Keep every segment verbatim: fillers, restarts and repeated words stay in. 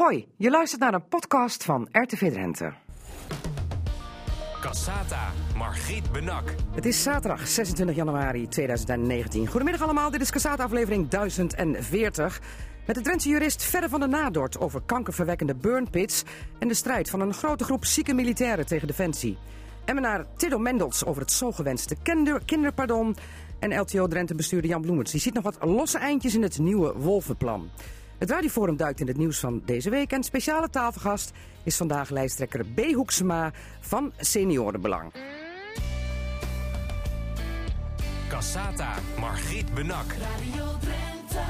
Hoi, je luistert naar een podcast van R T V Drenthe. Cassata, Margriet Benak. Het is zaterdag zesentwintig januari tweeduizend negentien. Goedemiddag allemaal, dit is Cassata aflevering duizend veertig. Met de Drentse jurist Verre van der Nadort over kankerverwekkende burnpits en de strijd van een grote groep zieke militairen tegen Defensie. Emmenaar Tiddo Mendels over het zo gewenste kinder, kinderpardon. En L T O Drenthe bestuurder Jan Bloemerts. Die ziet nog wat losse eindjes in het nieuwe Wolvenplan. Het Radioforum duikt in het nieuws van deze week. En speciale tafelgast is vandaag lijsttrekker B. Hoeksema van Seniorenbelang. Cassata, Margriet Benak. Radio Drenthe.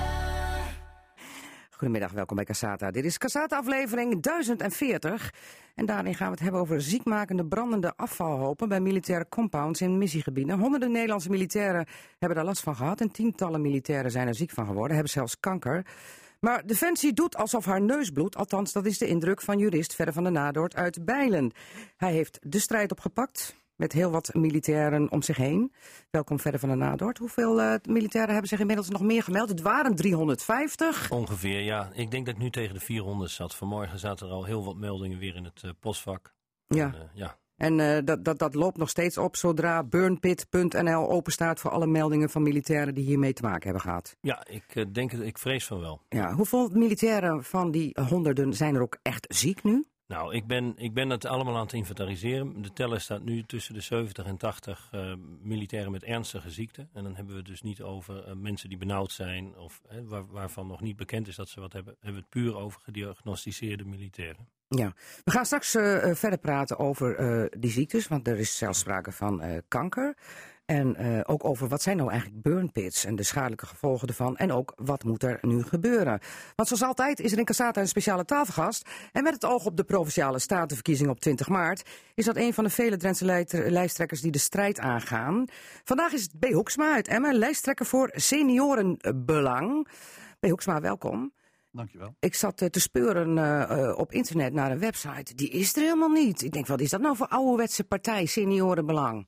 Goedemiddag, welkom bij Cassata. Dit is Cassata aflevering duizend veertig. En daarin gaan we het hebben over ziekmakende brandende afvalhopen bij militaire compounds in missiegebieden. Honderden Nederlandse militairen hebben daar last van gehad en tientallen militairen zijn er ziek van geworden, hebben zelfs kanker. Maar Defensie doet alsof haar neus bloedt, althans dat is de indruk van jurist Verre van der Nadort uit Bijlen. Hij heeft de strijd opgepakt met heel wat militairen om zich heen. Welkom Verre van der Nadort. Hoeveel uh, militairen hebben zich inmiddels nog meer gemeld? Het waren driehonderdvijftig. Ongeveer, ja. Ik denk dat ik nu tegen de vierhonderd zat. Vanmorgen zaten er al heel wat meldingen weer in het uh, postvak. Ja. En, uh, ja. En uh, dat, dat, dat loopt nog steeds op zodra burnpit punt n l openstaat voor alle meldingen van militairen die hiermee te maken hebben gehad. Ja, ik uh, denk het, ik vrees van wel. Ja, hoeveel militairen van die honderden zijn er ook echt ziek nu? Nou, ik ben, ik ben het allemaal aan het inventariseren. De teller staat nu tussen de zeventig en tachtig uh, militairen met ernstige ziekten. En dan hebben we het dus niet over uh, mensen die benauwd zijn of uh, waar, waarvan nog niet bekend is dat ze wat hebben. We hebben het puur over gediagnosticeerde militairen. Ja, we gaan straks uh, verder praten over uh, die ziektes, want er is zelfs sprake van uh, kanker. En uh, ook over wat zijn nou eigenlijk burnpits en de schadelijke gevolgen ervan. En ook wat moet er nu gebeuren. Want zoals altijd is er in Cassata een speciale tafelgast. En met het oog op de Provinciale Statenverkiezingen op twintig maart... is dat een van de vele Drentse lijsttrekkers die de strijd aangaan. Vandaag is het B. Hoeksema uit Emmen, lijsttrekker voor Seniorenbelang. B. Hoeksema, welkom. Dankjewel. Ik zat uh, te speuren uh, uh, op internet naar een website. Die is er helemaal niet. Ik denk, wat is dat nou voor ouderwetse partij, Seniorenbelang?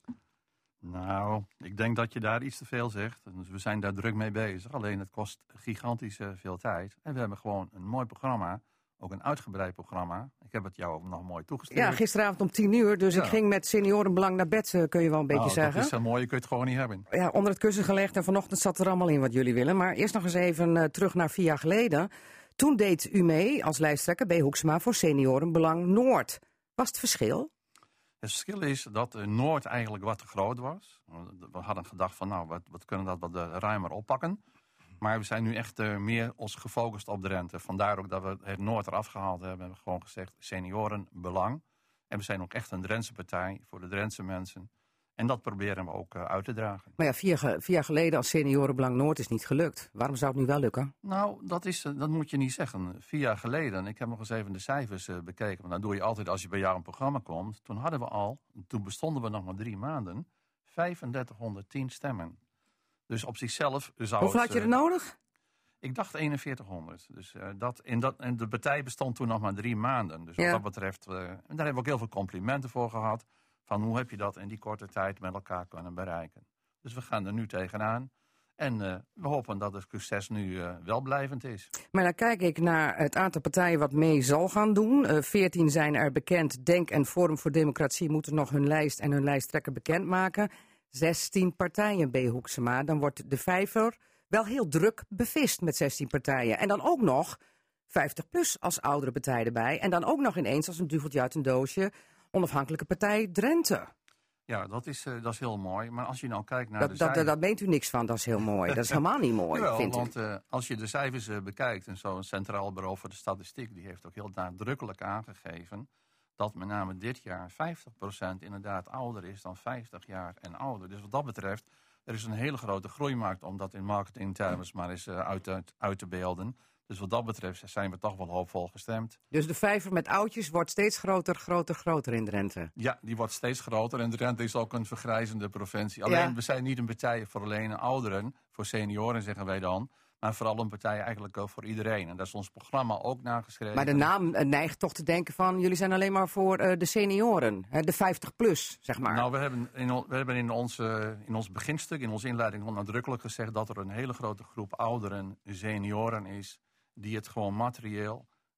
Nou, ik denk dat je daar iets te veel zegt. Dus we zijn daar druk mee bezig. Alleen het kost gigantisch uh, veel tijd. En we hebben gewoon een mooi programma. Ook een uitgebreid programma. Ik heb het jou ook nog mooi toegestuurd. Ja, gisteravond om tien uur. Dus ja. Ik ging met Seniorenbelang naar bed, uh, kun je wel een beetje oh, zeggen. Dat is zo mooi, je kunt het gewoon niet hebben. Ja, onder het kussen gelegd en vanochtend zat er allemaal in wat jullie willen. Maar eerst nog eens even uh, terug naar vier jaar geleden. Toen deed u mee als lijsttrekker B. Hoeksema voor Seniorenbelang Noord. Was het verschil? Het verschil is dat uh, Noord eigenlijk wat te groot was. We hadden gedacht van nou, wat, wat kunnen dat wat uh, ruimer oppakken. Maar we zijn nu echt uh, meer ons gefocust op Drenthe. Vandaar ook dat we het Noord eraf gehaald hebben. We hebben gewoon gezegd Seniorenbelang. En we zijn ook echt een Drentse partij voor de Drentse mensen. En dat proberen we ook uh, uit te dragen. Maar ja, vier, vier jaar geleden als Seniorenbelang Noord is niet gelukt. Waarom zou het nu wel lukken? Nou, dat, is, uh, dat moet je niet zeggen. Vier jaar geleden, ik heb nog eens even de cijfers uh, bekeken. Want dat doe je altijd als je bij jou een programma komt. Toen hadden we al, toen bestonden we nog maar drie maanden, vijfendertighonderdtien stemmen. Dus op zichzelf zou Hoeveel het, had je er uh, nodig? Ik dacht eenenveertighonderd. Dus, uh, dat, en, dat, en de partij bestond toen nog maar drie maanden. Dus ja. wat dat betreft, uh, en daar hebben we ook heel veel complimenten voor gehad. Van hoe heb je dat in die korte tijd met elkaar kunnen bereiken. Dus we gaan er nu tegenaan. En uh, we hopen dat het succes nu uh, welblijvend is. Maar dan kijk ik naar het aantal partijen wat mee zal gaan doen. Uh, veertien zijn er bekend. Denk en Forum voor Democratie moeten nog hun lijst en hun lijsttrekker bekendmaken. zestien partijen, B. Hoeksema. Dan wordt de vijver wel heel druk bevist met zestien partijen. En dan ook nog vijftig plus als oudere partij erbij. En dan ook nog ineens als een duveltje uit een doosje onafhankelijke partij Drenthe. Ja, dat is, uh, dat is heel mooi. Maar als je nou kijkt naar dat, de dat, cijfers... Dat meent u niks van, dat is heel mooi. Dat is helemaal niet mooi, Jawel, vind want, ik. Uh, als je de cijfers uh, bekijkt... en zo'n Centraal Bureau voor de Statistiek... die heeft ook heel nadrukkelijk aangegeven... dat met name dit jaar vijftig procent inderdaad ouder is dan vijftig jaar en ouder. Dus wat dat betreft, er is een hele grote groeimarkt... om dat in marketingtermen maar eens uh, uit, uit, uit te beelden... Dus wat dat betreft zijn we toch wel hoopvol gestemd. Dus de vijver met oudjes wordt steeds groter, groter, groter in Drenthe? Ja, die wordt steeds groter. En Drenthe is ook een vergrijzende provincie. Alleen, ja. We zijn niet een partij voor alleen ouderen. Voor senioren zeggen wij dan. Maar vooral een partij eigenlijk voor iedereen. En daar is ons programma ook nageschreven. Maar de naam neigt toch te denken van... jullie zijn alleen maar voor uh, de senioren. Hè, de vijftig plus, zeg maar. Nou, we hebben in, we hebben in, ons, uh, in ons beginstuk, in onze inleiding... nadrukkelijk gezegd dat er een hele grote groep ouderen, senioren is... die het gewoon materieel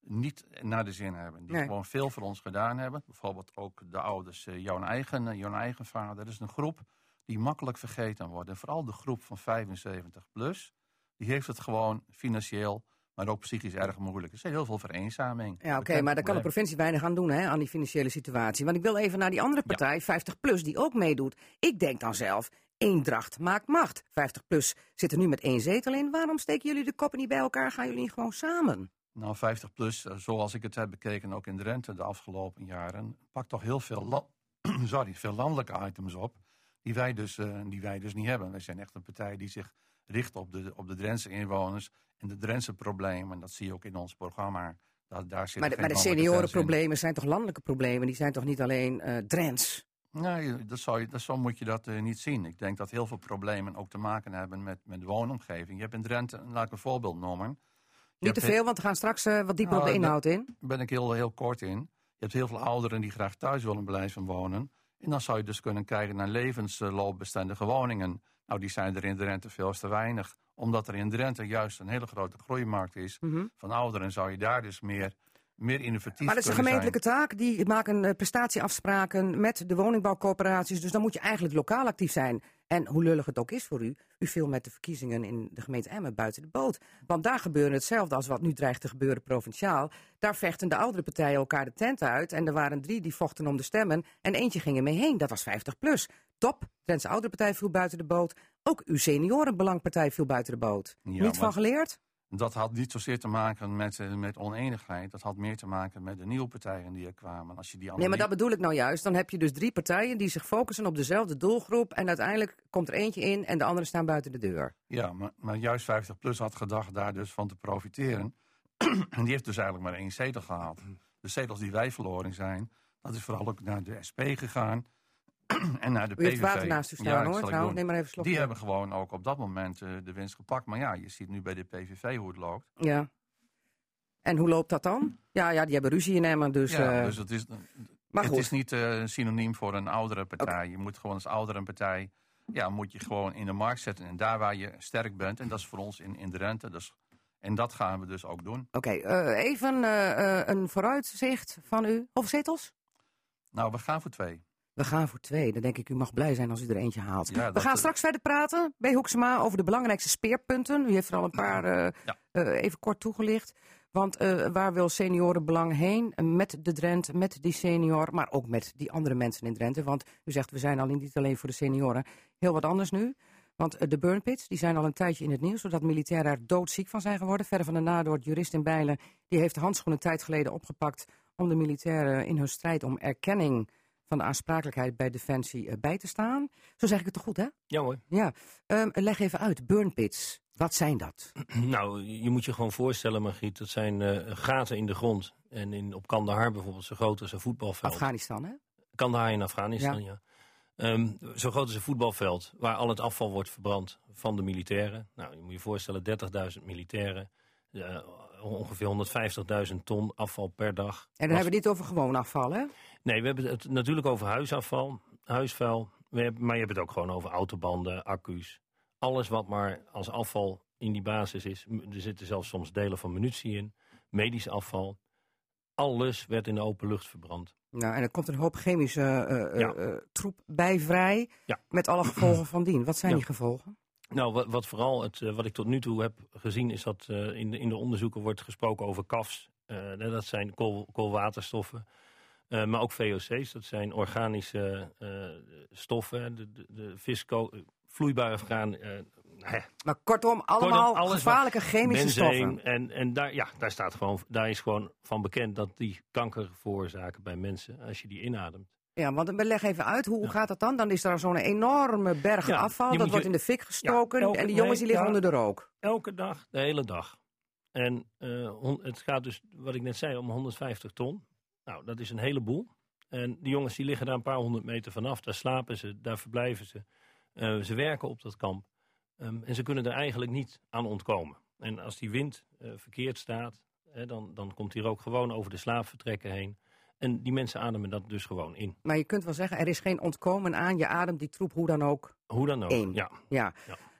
niet naar de zin hebben. Die Nee. gewoon veel voor ons gedaan hebben. Bijvoorbeeld ook de ouders, uh, jouw, eigen, uh, jouw eigen vader. Dat is een groep die makkelijk vergeten wordt. En vooral de groep van vijfenzeventig plus, die heeft het gewoon financieel, maar ook psychisch erg moeilijk. Er is heel veel vereenzaming. Ja, oké, okay, maar daar kan de provincie weinig aan doen, hè, aan die financiële situatie. Want ik wil even naar die andere partij, ja. vijftig plus, die ook meedoet. Ik denk dan zelf, eendracht maakt macht. vijftig plus zit er nu met één zetel in. Waarom steken jullie de koppen niet bij elkaar? Gaan jullie niet gewoon samen? Nou, vijftig plus, zoals ik het heb bekeken, ook in Drenthe de afgelopen jaren, pakt toch heel veel, la- sorry, veel landelijke items op, die wij, dus, uh, die wij dus niet hebben. Wij zijn echt een partij die zich richt op de, op de Drentse inwoners en de Drentse problemen. En dat zie je ook in ons programma. Dat, daar zit maar de, maar de seniorenproblemen zijn toch landelijke problemen? Die zijn toch niet alleen uh, Drents? Nee, dat zou je, dat, zo moet je dat uh, niet zien. Ik denk dat heel veel problemen ook te maken hebben met, met de woonomgeving. Je hebt in Drenthe, laat ik een voorbeeld noemen. Niet te veel, want we gaan straks uh, wat dieper nou, op de inhoud in. Daar ben ik heel, heel kort in. Je hebt heel veel ouderen die graag thuis willen blijven wonen. En dan zou je dus kunnen kijken naar levensloopbestendige woningen. Nou, die zijn er in Drenthe veel te weinig. Omdat er in Drenthe juist een hele grote groeimarkt is mm-hmm. van ouderen, zou je daar dus meer, meer innovatief Maar dat is een gemeentelijke zijn. taak. Die maken uh, prestatieafspraken met de woningbouwcoöperaties. Dus dan moet je eigenlijk lokaal actief zijn. En hoe lullig het ook is voor u, u viel met de verkiezingen in de gemeente Emmen buiten de boot. Want daar gebeurde hetzelfde als wat nu dreigt te gebeuren provinciaal. Daar vechten de oudere partijen elkaar de tent uit. En er waren drie die vochten om de stemmen. En eentje ging ermee heen. Dat was vijftig plus. Top. Drentse oudere partij viel buiten de boot. Ook uw seniorenbelangpartij viel buiten de boot. Ja, niet van geleerd? Dat had niet zozeer te maken met, uh, met oneenigheid. Dat had meer te maken met de nieuwe partijen die er kwamen. Als je die nee, maar dat bedoel ik nou juist. Dan heb je dus drie partijen die zich focussen op dezelfde doelgroep. En uiteindelijk komt er eentje in en de anderen staan buiten de deur. Ja, maar, maar juist vijftig plus had gedacht daar dus van te profiteren. En die heeft dus eigenlijk maar één zetel gehaald. De zetels die wij verloren zijn, dat is vooral ook naar de S P gegaan. En naar de P V V. U heeft water naast u staan, ja, hoor. Trouw, neem maar even slok. Die hebben gewoon ook op dat moment uh, de winst gepakt. Maar ja, je ziet nu bij de P V V hoe het loopt. Ja. En hoe loopt dat dan? Ja, ja die hebben ruzie in Emmen. Dus, ja, uh... dus het is, maar het goed. is niet uh, synoniem voor een oudere partij. Okay. Je moet gewoon als oudere partij, ja, moet je gewoon in de markt zetten. En daar waar je sterk bent. En dat is voor ons in, in Drenthe. Dus, en dat gaan we dus ook doen. Oké, okay, uh, even uh, uh, een vooruitzicht van u. Hoeveel zetels? Nou, we gaan voor twee. We gaan voor twee. Dan denk ik, u mag blij zijn als u er eentje haalt. Ja, we gaan uh... straks verder praten bij Hoeksema over de belangrijkste speerpunten. U heeft er al een paar uh, ja. uh, even kort toegelicht. Want uh, waar wil seniorenbelang heen? Met de Drenthe, met die senior, maar ook met die andere mensen in Drenthe. Want u zegt, we zijn al niet alleen voor de senioren. Heel wat anders nu. Want uh, de burnpits, die zijn al een tijdje in het nieuws, zodat militairen daar doodziek van zijn geworden. Verder van de Nadoort, jurist in Bijlen, die heeft de handschoenen een tijd geleden opgepakt om de militairen in hun strijd om erkenning van de aansprakelijkheid bij Defensie uh, bij te staan. Zo zeg ik het toch goed, hè? Ja hoor. Ja. Um, leg even uit, burnpits. Wat zijn dat? Nou, je moet je gewoon voorstellen, Margriet, dat zijn uh, gaten in de grond. En in, op Kandahar bijvoorbeeld, zo groot als een voetbalveld. Afghanistan, hè? Kandahar in Afghanistan, ja. ja. Um, zo groot als een voetbalveld, waar al het afval wordt verbrand van de militairen. Nou, je moet je voorstellen, dertigduizend militairen. Uh, ongeveer honderdvijftigduizend ton afval per dag. En dan Was... hebben we dit over gewoon afval, hè? Nee, we hebben het natuurlijk over huisafval, huisvuil. We hebben, maar je hebt het ook gewoon over autobanden, accu's. Alles wat maar als afval in die basis is. Er zitten zelfs soms delen van munitie in. Medisch afval. Alles werd in de open lucht verbrand. Nou, en er komt een hoop chemische uh, ja. uh, troep bij vrij. Ja. Met alle gevolgen van dien. Wat zijn ja. die gevolgen? Nou, wat, wat vooral, het, uh, wat ik tot nu toe heb gezien, is dat uh, in, de, in de onderzoeken wordt gesproken over C A F's. Uh, dat zijn kool, koolwaterstoffen. Uh, maar ook V O C's, dat zijn organische uh, stoffen. De, de, de visco, vloeibare graan. Uh, maar kortom, allemaal kortom, gevaarlijke chemische benzeen, stoffen. En, en daar, ja, daar, staat gewoon, daar is gewoon van bekend dat die kanker veroorzaken bij mensen als je die inademt. Ja, want leg even uit, hoe ja. gaat dat dan? Dan is er zo'n enorme berg ja, afval, dat wordt je, in de fik gestoken ja, elke, en die jongens die liggen ja, onder de rook. Elke dag, de hele dag. En uh, het gaat dus, wat ik net zei, om honderdvijftig ton. Nou, dat is een heleboel. En die jongens die liggen daar een paar honderd meter vanaf. Daar slapen ze, daar verblijven ze. Uh, ze werken op dat kamp. Um, en ze kunnen er eigenlijk niet aan ontkomen. En als die wind uh, verkeerd staat, hè, dan, dan komt die rook gewoon over de slaapvertrekken heen. En die mensen ademen dat dus gewoon in. Maar je kunt wel zeggen, er is geen ontkomen aan. Je ademt die troep hoe dan ook Hoe dan ook, in. ja. ja. ja.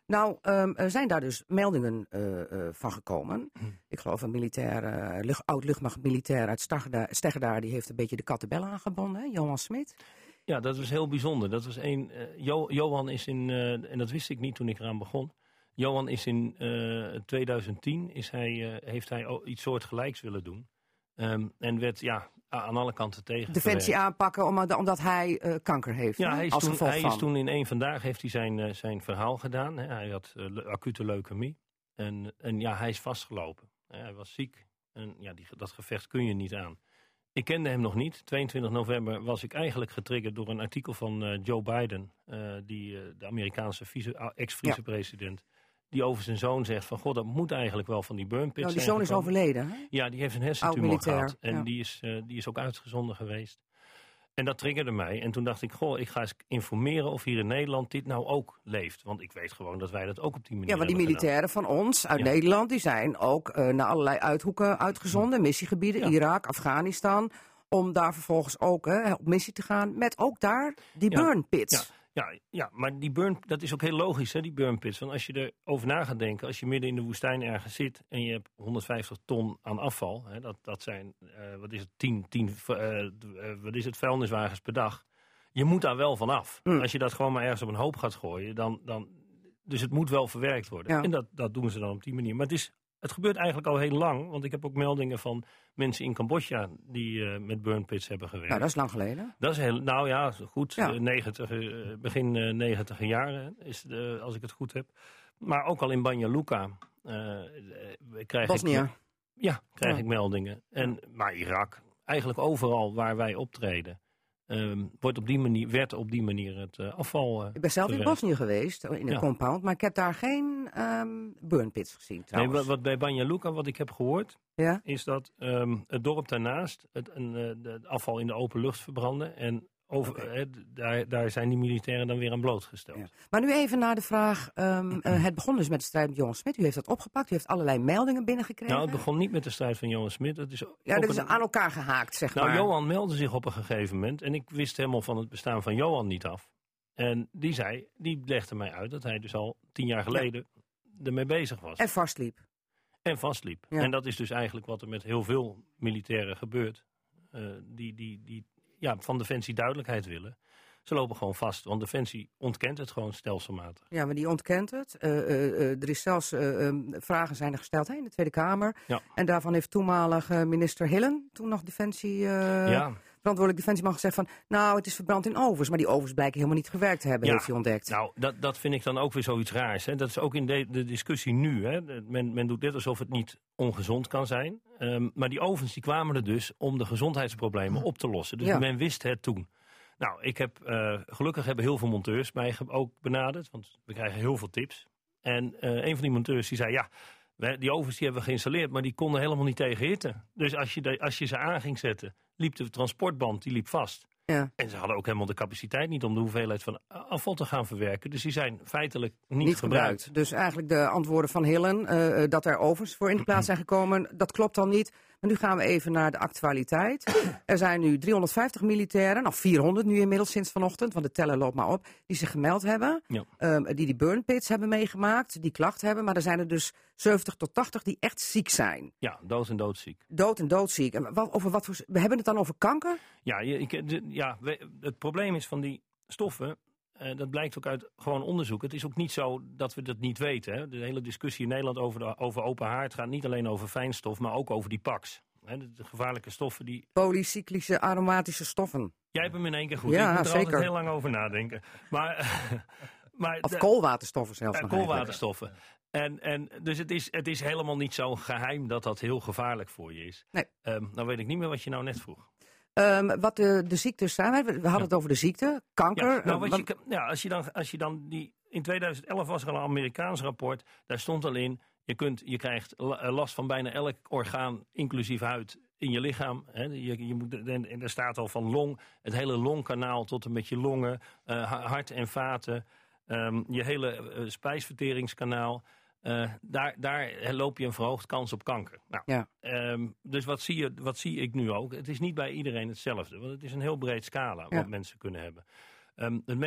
Nou, um, er zijn daar dus meldingen uh, uh, van gekomen. Hm. Ik geloof een militair, uh, lucht, oud-luchtmachtmilitair uit Steggedaar, die heeft een beetje de kattenbel aangebonden, hè? Johan Smit. Ja, dat was heel bijzonder. Dat was een, uh, jo- Johan is in, uh, en dat wist ik niet toen ik eraan begon. Johan is in uh, twintig tien is hij, uh, heeft hij iets soortgelijks willen doen. Um, en werd ja, aan alle kanten tegen. Defensie aanpakken omdat, omdat hij uh, kanker heeft. Ja, hè? hij, is Als toen, gevolg hij van. is toen in één vandaag heeft hij zijn, uh, zijn verhaal gedaan. Hè. Hij had uh, le- acute leukemie. En, en ja, hij is vastgelopen. Hè. Hij was ziek. En ja, die, dat gevecht kun je niet aan. Ik kende hem nog niet. tweeëntwintig november was ik eigenlijk getriggerd door een artikel van uh, Joe Biden. Uh, die, uh, de Amerikaanse vice, ex-vicepresident. Ja. Die over zijn zoon zegt van, god, dat moet eigenlijk wel van die burn pits Nou, die zijn zoon is gekomen. overleden, hè? Ja, die heeft een hersentumor Oud-militair, gehad. En ja. die, is, uh, die is ook uitgezonden geweest. En dat triggerde mij. En toen dacht ik, goh, ik ga eens informeren of hier in Nederland dit nou ook leeft. Want ik weet gewoon dat wij dat ook op die manier Ja, maar die hebben militairen van ons uit Ja. Nederland, die zijn ook uh, naar allerlei uithoeken uitgezonden. Missiegebieden, Ja. Irak, Afghanistan. Om daar vervolgens ook hè, op missie te gaan. Met ook daar die Ja. burn pits. Ja. Ja, ja, maar die burn, dat is ook heel logisch, hè, die burn pits. Want als je erover na gaat denken, als je midden in de woestijn ergens zit en je hebt honderdvijftig ton aan afval, hè, dat, dat zijn, uh, wat is het, tien, tien uh, uh, wat is het, vuilniswagens per dag. Je moet daar wel van af. Mm. Als je dat gewoon maar ergens op een hoop gaat gooien, dan, dan dus het moet wel verwerkt worden. Ja. En dat, dat doen ze dan op die manier. Maar het is, het gebeurt eigenlijk al heel lang, want ik heb ook meldingen van mensen in Cambodja die uh, met burn pits hebben gewerkt. Nou, dat is lang geleden. Dat is heel, nou ja, goed, Ja. uh, negentig, uh, begin uh, negentiger jaren, is de, als ik het goed heb. Maar ook al in Banja Luka uh, krijg Bosnië. ik, ja, krijg Ja. ik meldingen. En, maar Irak, eigenlijk overal waar wij optreden, um, wordt op die manier, werd op die manier het uh, afval uh, Ik ben zelf in verwerkt. Bosnië geweest, in een Ja. compound. Maar ik heb daar geen um, burn pits gezien Nee, trouwens. wat, wat bij Banja Luka, wat ik heb gehoord, Ja? is dat um, het dorp daarnaast het, een, uh, de, het afval in de open lucht verbranden. En over, Oké. eh, daar, daar zijn die militairen dan weer aan blootgesteld. Ja. Maar nu even naar de vraag. Um, uh, het begon dus met de strijd met Johan Smit. U heeft dat opgepakt. U heeft allerlei meldingen binnengekregen. Nou, het begon niet met de strijd van Johan Smit. Dat is ja, ook dat is een- aan elkaar gehaakt, zeg Nou, maar. Johan meldde zich op een gegeven moment. En ik wist helemaal van het bestaan van Johan niet af. En die zei, die legde mij uit dat hij dus al tien jaar geleden ermee bezig was. En vastliep. En vastliep. Ja. En dat is dus eigenlijk wat er met heel veel militairen gebeurt. Uh, die, die, die ja, van Defensie duidelijkheid willen. Ze lopen gewoon vast, want Defensie ontkent het gewoon stelselmatig. Ja, maar die ontkent het. Uh, uh, uh, er is zelfs uh, um, vragen zijn er gesteld hè, in de Tweede Kamer. Ja. En daarvan heeft toenmalig uh, minister Hillen, toen nog Defensie, uh, ja. verantwoordelijk Defensieman, gezegd van, nou, het is verbrand in ovens. Maar die ovens blijken helemaal niet gewerkt te hebben, Ja. heeft hij ontdekt. Nou, dat, dat vind ik dan ook weer zoiets raars. Hè. Dat is ook in de, de discussie nu. Hè. Men, men doet dit alsof het niet ongezond kan zijn. Um, maar die ovens die kwamen er dus om de gezondheidsproblemen op te lossen. Dus Ja. men wist het toen. Nou, ik heb, uh, gelukkig hebben heel veel monteurs mij ge- ook benaderd. Want we krijgen heel veel tips. En uh, een van die monteurs die zei, ja, wij, die ovens die hebben we geïnstalleerd, maar die konden helemaal niet tegen hitte. Dus als je, de, als je ze aan ging zetten, liep de transportband die liep vast. Ja. En ze hadden ook helemaal de capaciteit niet om de hoeveelheid van afval te gaan verwerken. Dus die zijn feitelijk niet, Niet gebruikt. gebruikt. Dus eigenlijk de antwoorden van Hillen, uh, uh, dat er ovens voor in de plaats zijn gekomen, dat klopt dan niet. Maar nu gaan we even naar de actualiteit. Er zijn nu driehonderdvijftig militairen, nou vierhonderd nu inmiddels sinds vanochtend, want de teller loopt maar op, die zich gemeld hebben. Ja. Um, die die burn pits hebben meegemaakt, die klachten hebben. Maar er zijn er dus zeventig tot tachtig die echt ziek zijn. Ja, dood en doodziek. Dood en doodziek. En wat, over wat voor, we hebben het dan over kanker? Ja, je, ik, de, ja we, het probleem is van die stoffen, uh, dat blijkt ook uit gewoon onderzoek. Het is ook niet zo dat we dat niet weten. Hè. De hele discussie in Nederland over, de, over open haard gaat niet alleen over fijnstof, maar ook over die P A C's. Hè, de, de gevaarlijke stoffen die... Polycyclische aromatische stoffen. Jij hebt hem in één keer goed. Ja, ik moet er zeker. altijd heel lang over nadenken. Maar, maar Of de- koolwaterstoffen zelfs uh, nog eigenlijk. koolwaterstoffen. En, en, dus het is, het is helemaal niet zo geheim dat dat heel gevaarlijk voor je is. Nee. Um, nou weet ik niet meer wat je nou net vroeg. Um, wat de, de ziektes zijn, we hadden Ja. het over de ziekte, kanker. Ja, nou, uh, wat wat- je, ja, als je dan, als je dan die, in tweeduizend elf was er al een Amerikaans rapport. Daar stond al in, je, kunt, je krijgt la- last van bijna elk orgaan, inclusief huid, in je lichaam. Hè. Je, je moet, en, en er staat al van long, het hele longkanaal tot en met je longen, uh, hart en vaten, um, je hele uh, spijsverteringskanaal. Uh, daar, daar loop je een verhoogd kans op kanker. Nou, Ja. um, dus wat zie, je, wat zie ik nu ook? Het is niet bij iedereen hetzelfde. Want het is een heel breed scala Ja. wat mensen kunnen hebben. Um, het meest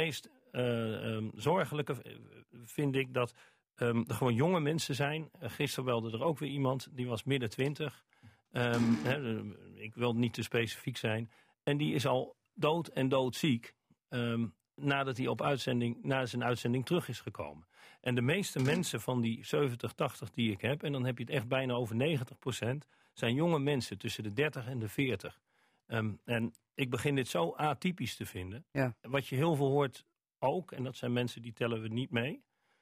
uh, um, zorgelijke vind ik dat um, er gewoon jonge mensen zijn. Uh, gisteren belde er ook weer iemand, die was midden twintig. Um, he, ik wil niet te specifiek zijn. En die is al dood en doodziek um, nadat hij op uitzending, na zijn uitzending terug is gekomen. En de meeste mensen van die zeventig, tachtig die ik heb, en dan heb je het echt bijna over negentig procent, zijn jonge mensen tussen de dertig en de veertig. Um, en ik begin dit zo atypisch te vinden. Ja. Wat je heel veel hoort ook, en dat zijn mensen die tellen we niet mee,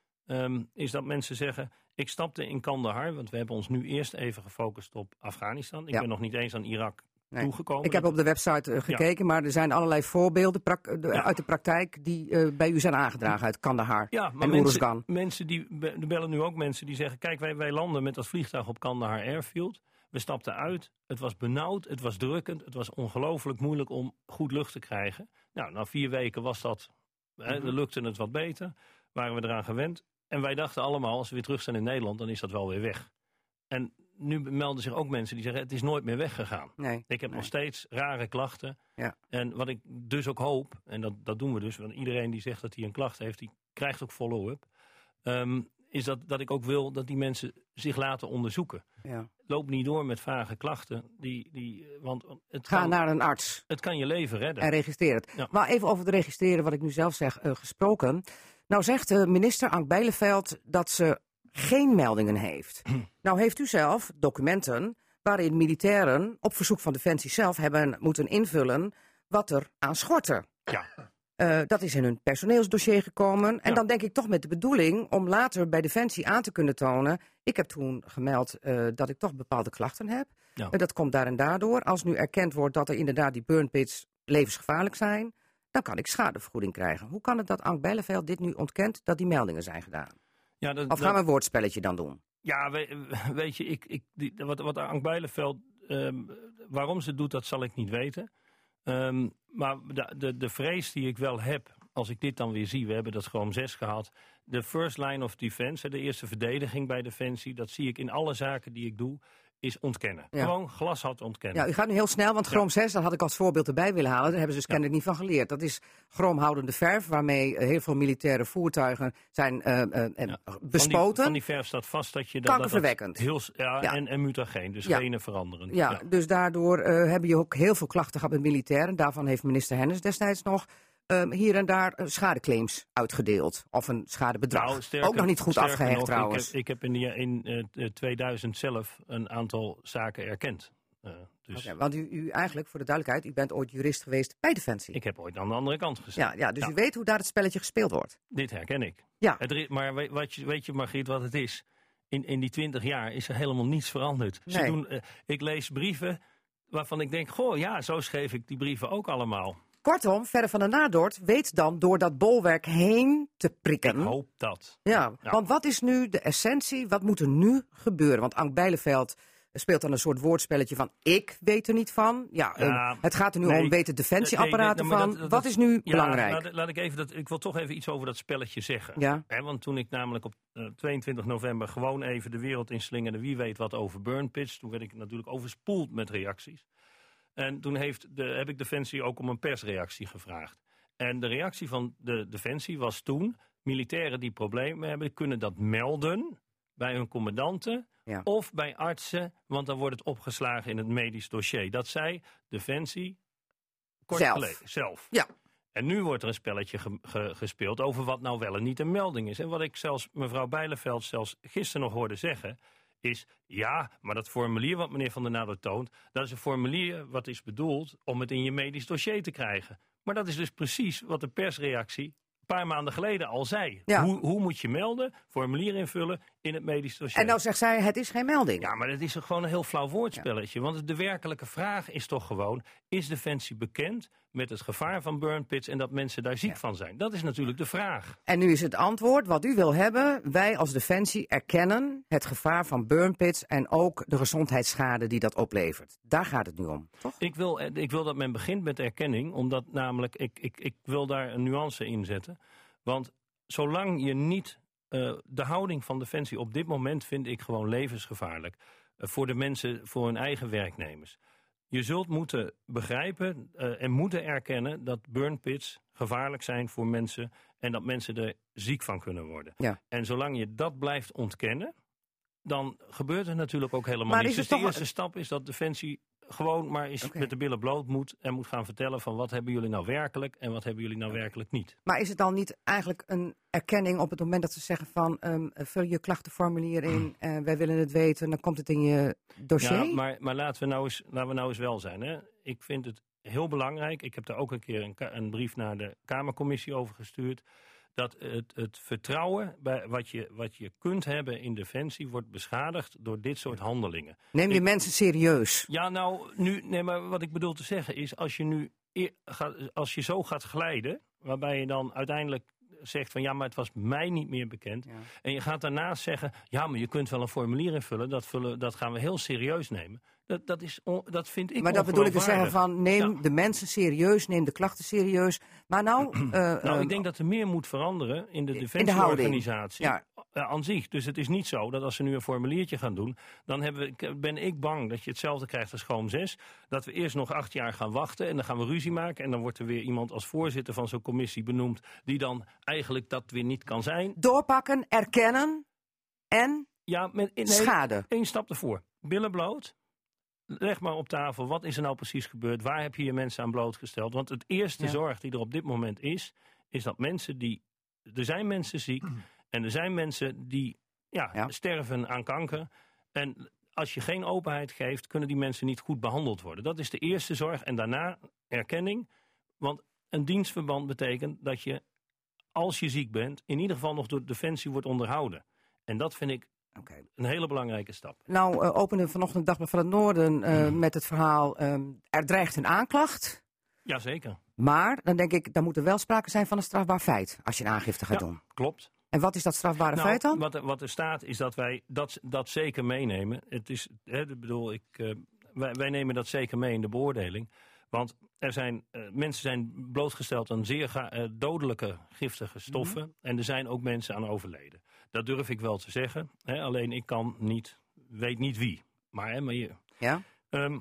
um, is dat mensen zeggen, ik stapte in Kandahar, want we hebben ons nu eerst even gefocust op Afghanistan. Ik ja. ben nog niet eens aan Irak nee. toegekomen. Ik heb op de website uh, gekeken, ja. maar er zijn allerlei voorbeelden pra- de, ja. uit de praktijk die uh, bij u zijn aangedragen uit Kandahar ja, maar en mensen, mensen die er bellen nu ook mensen die zeggen, kijk, wij, wij landen met dat vliegtuig op Kandahar Airfield. We stapten uit, het was benauwd, het was drukkend, het was ongelooflijk moeilijk om goed lucht te krijgen. Nou, na vier weken was dat, mm-hmm. hè, lukte het wat beter, waren we eraan gewend. En wij dachten allemaal, als we weer terug zijn in Nederland, dan is dat wel weer weg. En nu melden zich ook mensen die zeggen, het is nooit meer weggegaan. Nee, ik heb nee. nog steeds rare klachten. Ja. En wat ik dus ook hoop, en dat, dat doen we dus, want iedereen die zegt dat hij een klacht heeft, die krijgt ook follow-up. Um, is dat, dat ik ook wil dat die mensen zich laten onderzoeken. Ja. Loop niet door met vage klachten. Die, die, want het Ga kan, naar een arts. Het kan je leven redden. En registreer het. Ja. Maar even over het registreren, wat ik nu zelf zeg, uh, gesproken. Nou zegt de minister Ank Bijleveld dat ze geen meldingen heeft. Nou heeft u zelf documenten waarin militairen op verzoek van Defensie zelf hebben moeten invullen wat er aan schortte. Ja. Uh, dat is in hun personeelsdossier gekomen. En ja. dan denk ik toch met de bedoeling om later bij Defensie aan te kunnen tonen. Ik heb toen gemeld uh, dat ik toch bepaalde klachten heb. Ja. En dat komt daar en daardoor. Als nu erkend wordt dat er inderdaad die burnpits levensgevaarlijk zijn, dan kan ik schadevergoeding krijgen. Hoe kan het dat Ank Bijleveld dit nu ontkent dat die meldingen zijn gedaan? Ja, dat, of gaan we een woordspelletje dan doen? Ja, we, weet je, ik, ik, die, wat, wat Ank Bijleveld, um, waarom ze doet, dat zal ik niet weten. Um, maar de, de, de vrees die ik wel heb, als ik dit dan weer zie, we hebben dat gewoon zes gehad. De first line of defense, de eerste verdediging bij Defensie, dat zie ik in alle zaken die ik doe, is ontkennen. Ja. Gewoon glashard ontkennen. Ja, u gaat nu heel snel, want chroom ja. zes, dat had ik als voorbeeld erbij willen halen. Daar hebben ze dus kennelijk ja. niet van geleerd. Dat is chroomhoudende verf, waarmee heel veel militaire voertuigen zijn uh, uh, ja. bespoten. Van die, van die verf staat vast dat je... Dat, kankerverwekkend. Dat, dat heel, ja, ja. En, en mutageen, dus ja. genen veranderen. Ja, ja, dus daardoor uh, hebben je ook heel veel klachten gehad met militairen. Daarvan heeft minister Hennis destijds nog Um, hier en daar uh, schadeclaims uitgedeeld. Of een schadebedrag. Nou, sterker, ook nog niet goed afgehecht nog, trouwens. Ik heb, ik heb in, die, in uh, tweeduizend zelf een aantal zaken erkend. Uh, dus. Okay, want u, u eigenlijk, voor de duidelijkheid, u bent ooit jurist geweest bij Defensie. Ik heb ooit aan de andere kant gestaan. Ja, ja, dus ja. u weet hoe daar het spelletje gespeeld wordt. Dit herken ik. Ja. Het, maar weet, wat je, weet je, Margriet, wat het is? In, in die twintig jaar is er helemaal niets veranderd. Nee. Ze doen, uh, ik lees brieven waarvan ik denk, goh, ja, zo schreef ik die brieven ook allemaal. Kortom, verder van de Nadort weet dan door dat bolwerk heen te prikken. Ik hoop dat. Ja, ja, want wat is nu de essentie? Wat moet er nu gebeuren? Want Ank Bijleveld speelt dan een soort woordspelletje van ik weet er niet van. Ja, ja uh, het gaat er nu nee, om, weet het defensieapparaat ervan. Nee, nee, dat, dat, wat is nu ja, belangrijk? Laat, laat ik, even dat, ik wil toch even iets over dat spelletje zeggen. Ja. He, want toen ik namelijk op uh, tweeëntwintig november gewoon even de wereld inslingerde, wie weet wat over burn pits. Toen werd ik natuurlijk overspoeld met reacties. En toen heeft de, heb ik Defensie ook om een persreactie gevraagd. En de reactie van de Defensie was toen, militairen die problemen hebben, kunnen dat melden bij hun commandanten ja. of bij artsen, want dan wordt het opgeslagen in het medisch dossier. Dat zei Defensie kort zelf. geleden zelf. Ja. En nu wordt er een spelletje ge, ge, gespeeld over wat nou wel en niet een melding is. En wat ik zelfs mevrouw Bijleveld zelfs gisteren nog hoorde zeggen, is ja, maar dat formulier wat meneer Van der Nadort toont, dat is een formulier wat is bedoeld om het in je medisch dossier te krijgen. Maar dat is dus precies wat de persreactie een paar maanden geleden al zei. Ja. Hoe, hoe moet je melden, formulier invullen in het medisch dossier. En nou zegt zij, het is geen melding. Ja, maar dat is gewoon een heel flauw woordspelletje. Ja. Want de werkelijke vraag is toch gewoon, is Defensie bekend met het gevaar van burn pits en dat mensen daar ziek ja. van zijn? Dat is natuurlijk de vraag. En nu is het antwoord wat u wil hebben. Wij als Defensie erkennen het gevaar van burn pits en ook de gezondheidsschade die dat oplevert. Daar gaat het nu om, toch? Ik wil, ik wil dat men begint met erkenning, omdat namelijk, ik, ik, ik wil daar een nuance in zetten. Want zolang je niet, uh, de houding van Defensie op dit moment vind ik gewoon levensgevaarlijk. Uh, voor de mensen, voor hun eigen werknemers. Je zult moeten begrijpen uh, en moeten erkennen dat burnpits gevaarlijk zijn voor mensen en dat mensen er ziek van kunnen worden. Ja. En zolang je dat blijft ontkennen, dan gebeurt er natuurlijk ook helemaal maar niets. is Dus de toch... eerste stap is dat Defensie gewoon maar eens Okay. met de billen bloot moet en moet gaan vertellen van wat hebben jullie nou werkelijk en wat hebben jullie nou werkelijk niet. Maar is het dan niet eigenlijk een erkenning op het moment dat ze zeggen van um, vul je klachtenformulier in, uh, wij willen het weten, dan komt het in je dossier? Ja, maar, maar laten we nou eens, laten we nou eens wel zijn. Hè. Ik vind het heel belangrijk, ik heb daar ook een keer een, een brief naar de Kamercommissie over gestuurd, dat het, het vertrouwen bij wat je, wat je kunt hebben in Defensie wordt beschadigd door dit soort handelingen. Neem die ik, mensen serieus. Ja, nou, nu, nee, maar wat ik bedoel te zeggen is, als je nu eer, gaat, als je zo gaat glijden, waarbij je dan uiteindelijk zegt van ja, maar het was mij niet meer bekend. Ja. En je gaat daarnaast zeggen, ja, maar je kunt wel een formulier invullen, dat, vullen, dat gaan we heel serieus nemen. Dat, dat, is on, dat vind ik Maar dat bedoel ik te zeggen van neem ja. de mensen serieus, neem de klachten serieus. Maar nou... Uh, nou, uh, ik denk dat er meer moet veranderen in de in de defensieorganisatie. Ja. Uh, aan zich. Dus het is niet zo dat als ze nu een formuliertje gaan doen, dan hebben we, ben ik bang dat je hetzelfde krijgt als Schoom zes. Dat we eerst nog acht jaar gaan wachten en dan gaan we ruzie maken. En dan wordt er weer iemand als voorzitter van zo'n commissie benoemd die dan eigenlijk dat weer niet kan zijn. Doorpakken, erkennen en ja, met, nee, schade. Eén stap ervoor. Billen bloot. Leg maar op tafel, wat is er nou precies gebeurd? Waar heb je je mensen aan blootgesteld? Want het eerste ja. zorg die er op dit moment is, is dat mensen die... Er zijn mensen ziek en er zijn mensen die ja, ja. sterven aan kanker. En als je geen openheid geeft, kunnen die mensen niet goed behandeld worden. Dat is de eerste zorg en daarna erkenning. Want een dienstverband betekent dat je, als je ziek bent, in ieder geval nog door Defensie wordt onderhouden. En dat vind ik Okay. een hele belangrijke stap. Nou uh, openen we vanochtend Dagblad van het Noorden uh, mm. met het verhaal, um, er dreigt een aanklacht. Jazeker. Maar dan denk ik, dan moet er wel sprake zijn van een strafbaar feit als je een aangifte gaat ja, doen. Klopt. En wat is dat strafbare nou, feit dan? Wat er, wat er staat is dat wij dat, dat zeker meenemen. Het is, hè, ik bedoel, ik, uh, wij, wij nemen dat zeker mee in de beoordeling. Want er zijn, uh, mensen zijn blootgesteld aan zeer ga, uh, dodelijke giftige stoffen. Mm-hmm. En er zijn ook mensen aan overleden. Dat durf ik wel te zeggen. Hè, alleen ik kan niet, weet niet wie. Maar, hè, maar je, ja? um,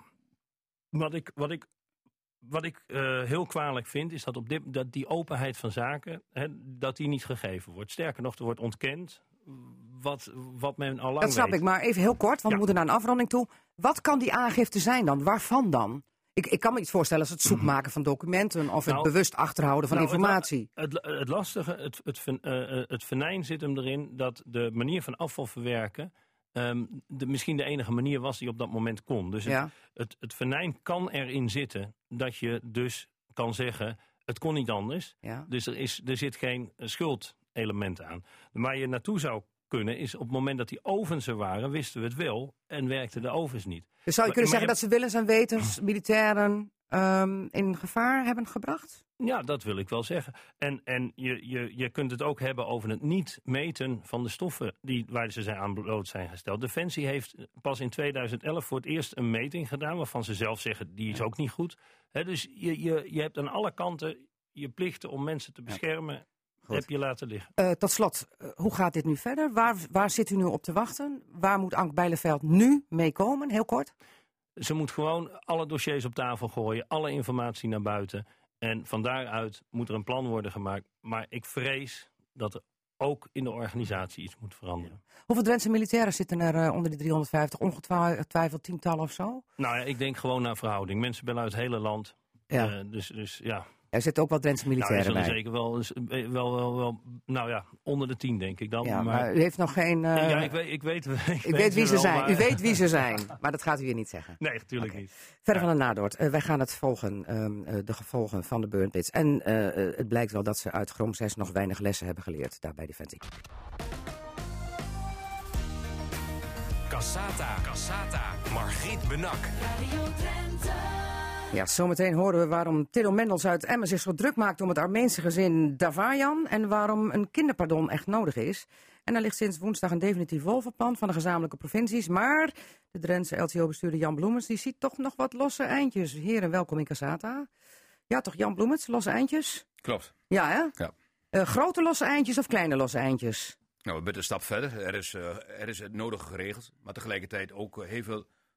wat ik, wat ik, wat ik uh, heel kwalijk vind, is dat, op dit, dat die openheid van zaken, hè, dat die niet gegeven wordt. Sterker nog, er wordt ontkend wat, wat men al lang weet. Dat snap weet. ik, maar even heel kort, want ja. we moeten naar een afronding toe. Wat kan die aangifte zijn dan? Waarvan dan? Ik, ik kan me iets voorstellen als het zoekmaken van documenten of het nou, bewust achterhouden van nou, informatie. Het, het, het lastige, het, het, uh, het venijn zit hem erin dat de manier van afval verwerken um, de, misschien de enige manier was die op dat moment kon. Dus ja. het, het, het venijn kan erin zitten dat je dus kan zeggen, het kon niet anders. Ja. Dus er, is, er zit geen schuldelement aan. Waar je naartoe zou kunnen is op het moment dat die ovens er waren, wisten we het wel en werkten de ovens niet. Dus zou je maar, kunnen maar zeggen je... dat ze willens en wetens militairen um, in gevaar hebben gebracht? Ja, dat wil ik wel zeggen. En, en je, je, je kunt het ook hebben over het niet meten van de stoffen die, waar ze zijn aan bloot zijn gesteld. Defensie heeft pas in tweeduizend elf voor het eerst een meting gedaan, waarvan ze zelf zeggen, die is ook niet goed. He, dus je, je, je hebt aan alle kanten je plichten om mensen te beschermen. Ja. Goed. Heb je laten liggen. Uh, tot slot, uh, hoe gaat dit nu verder? Waar, waar zit u nu op te wachten? Waar moet Ank Bijleveld nu mee komen? Heel kort. Ze moet gewoon alle dossiers op tafel gooien, alle informatie naar buiten. En van daaruit moet er een plan worden gemaakt. Maar ik vrees dat er ook in de organisatie iets moet veranderen. Ja. Hoeveel Drentse militairen zitten er uh, onder die driehonderdvijftig? Ongetwijfeld tientallen of zo? Nou ja, ik denk gewoon naar verhouding. Mensen bellen uit het hele land. Ja. Uh, dus, dus ja... Er zitten ook wat Drentse militairen nou, bij. Zeker wel, wel, wel, wel, nou ja, onder de tien denk ik dan. Ja, maar, maar u heeft nog geen... Uh, ja, ik weet, ik weet, ik ik weet, weet wie ze wel, zijn. Maar... U weet wie ze zijn, maar dat gaat u hier niet zeggen. Nee, natuurlijk okay. niet. Verder ja. van de Nadoort. Uh, wij gaan het volgen, um, uh, de gevolgen van de burnpits. En uh, uh, het blijkt wel dat ze uit Groom zes nog weinig lessen hebben geleerd, daar bij Defensie. Cassata, Cassata, Margriet Benak. Radio Drenthe. Ja, zometeen horen we waarom Tilo Mendels uit Emmen zich zo druk maakt om het Armeense gezin Davarjan en waarom een kinderpardon echt nodig is. En er ligt sinds woensdag een definitief wolvenplan van de gezamenlijke provincies, maar de Drentse L T O-bestuurder Jan Bloemens die ziet toch nog wat losse eindjes. Heren, welkom in Cassata. Ja, toch Jan Bloemens, losse eindjes? Klopt. Ja, hè? Ja. Uh, grote losse eindjes of kleine losse eindjes? Nou, we zijn een stap verder. Er is, uh, er is het nodige geregeld, maar tegelijkertijd ook uh, heel veel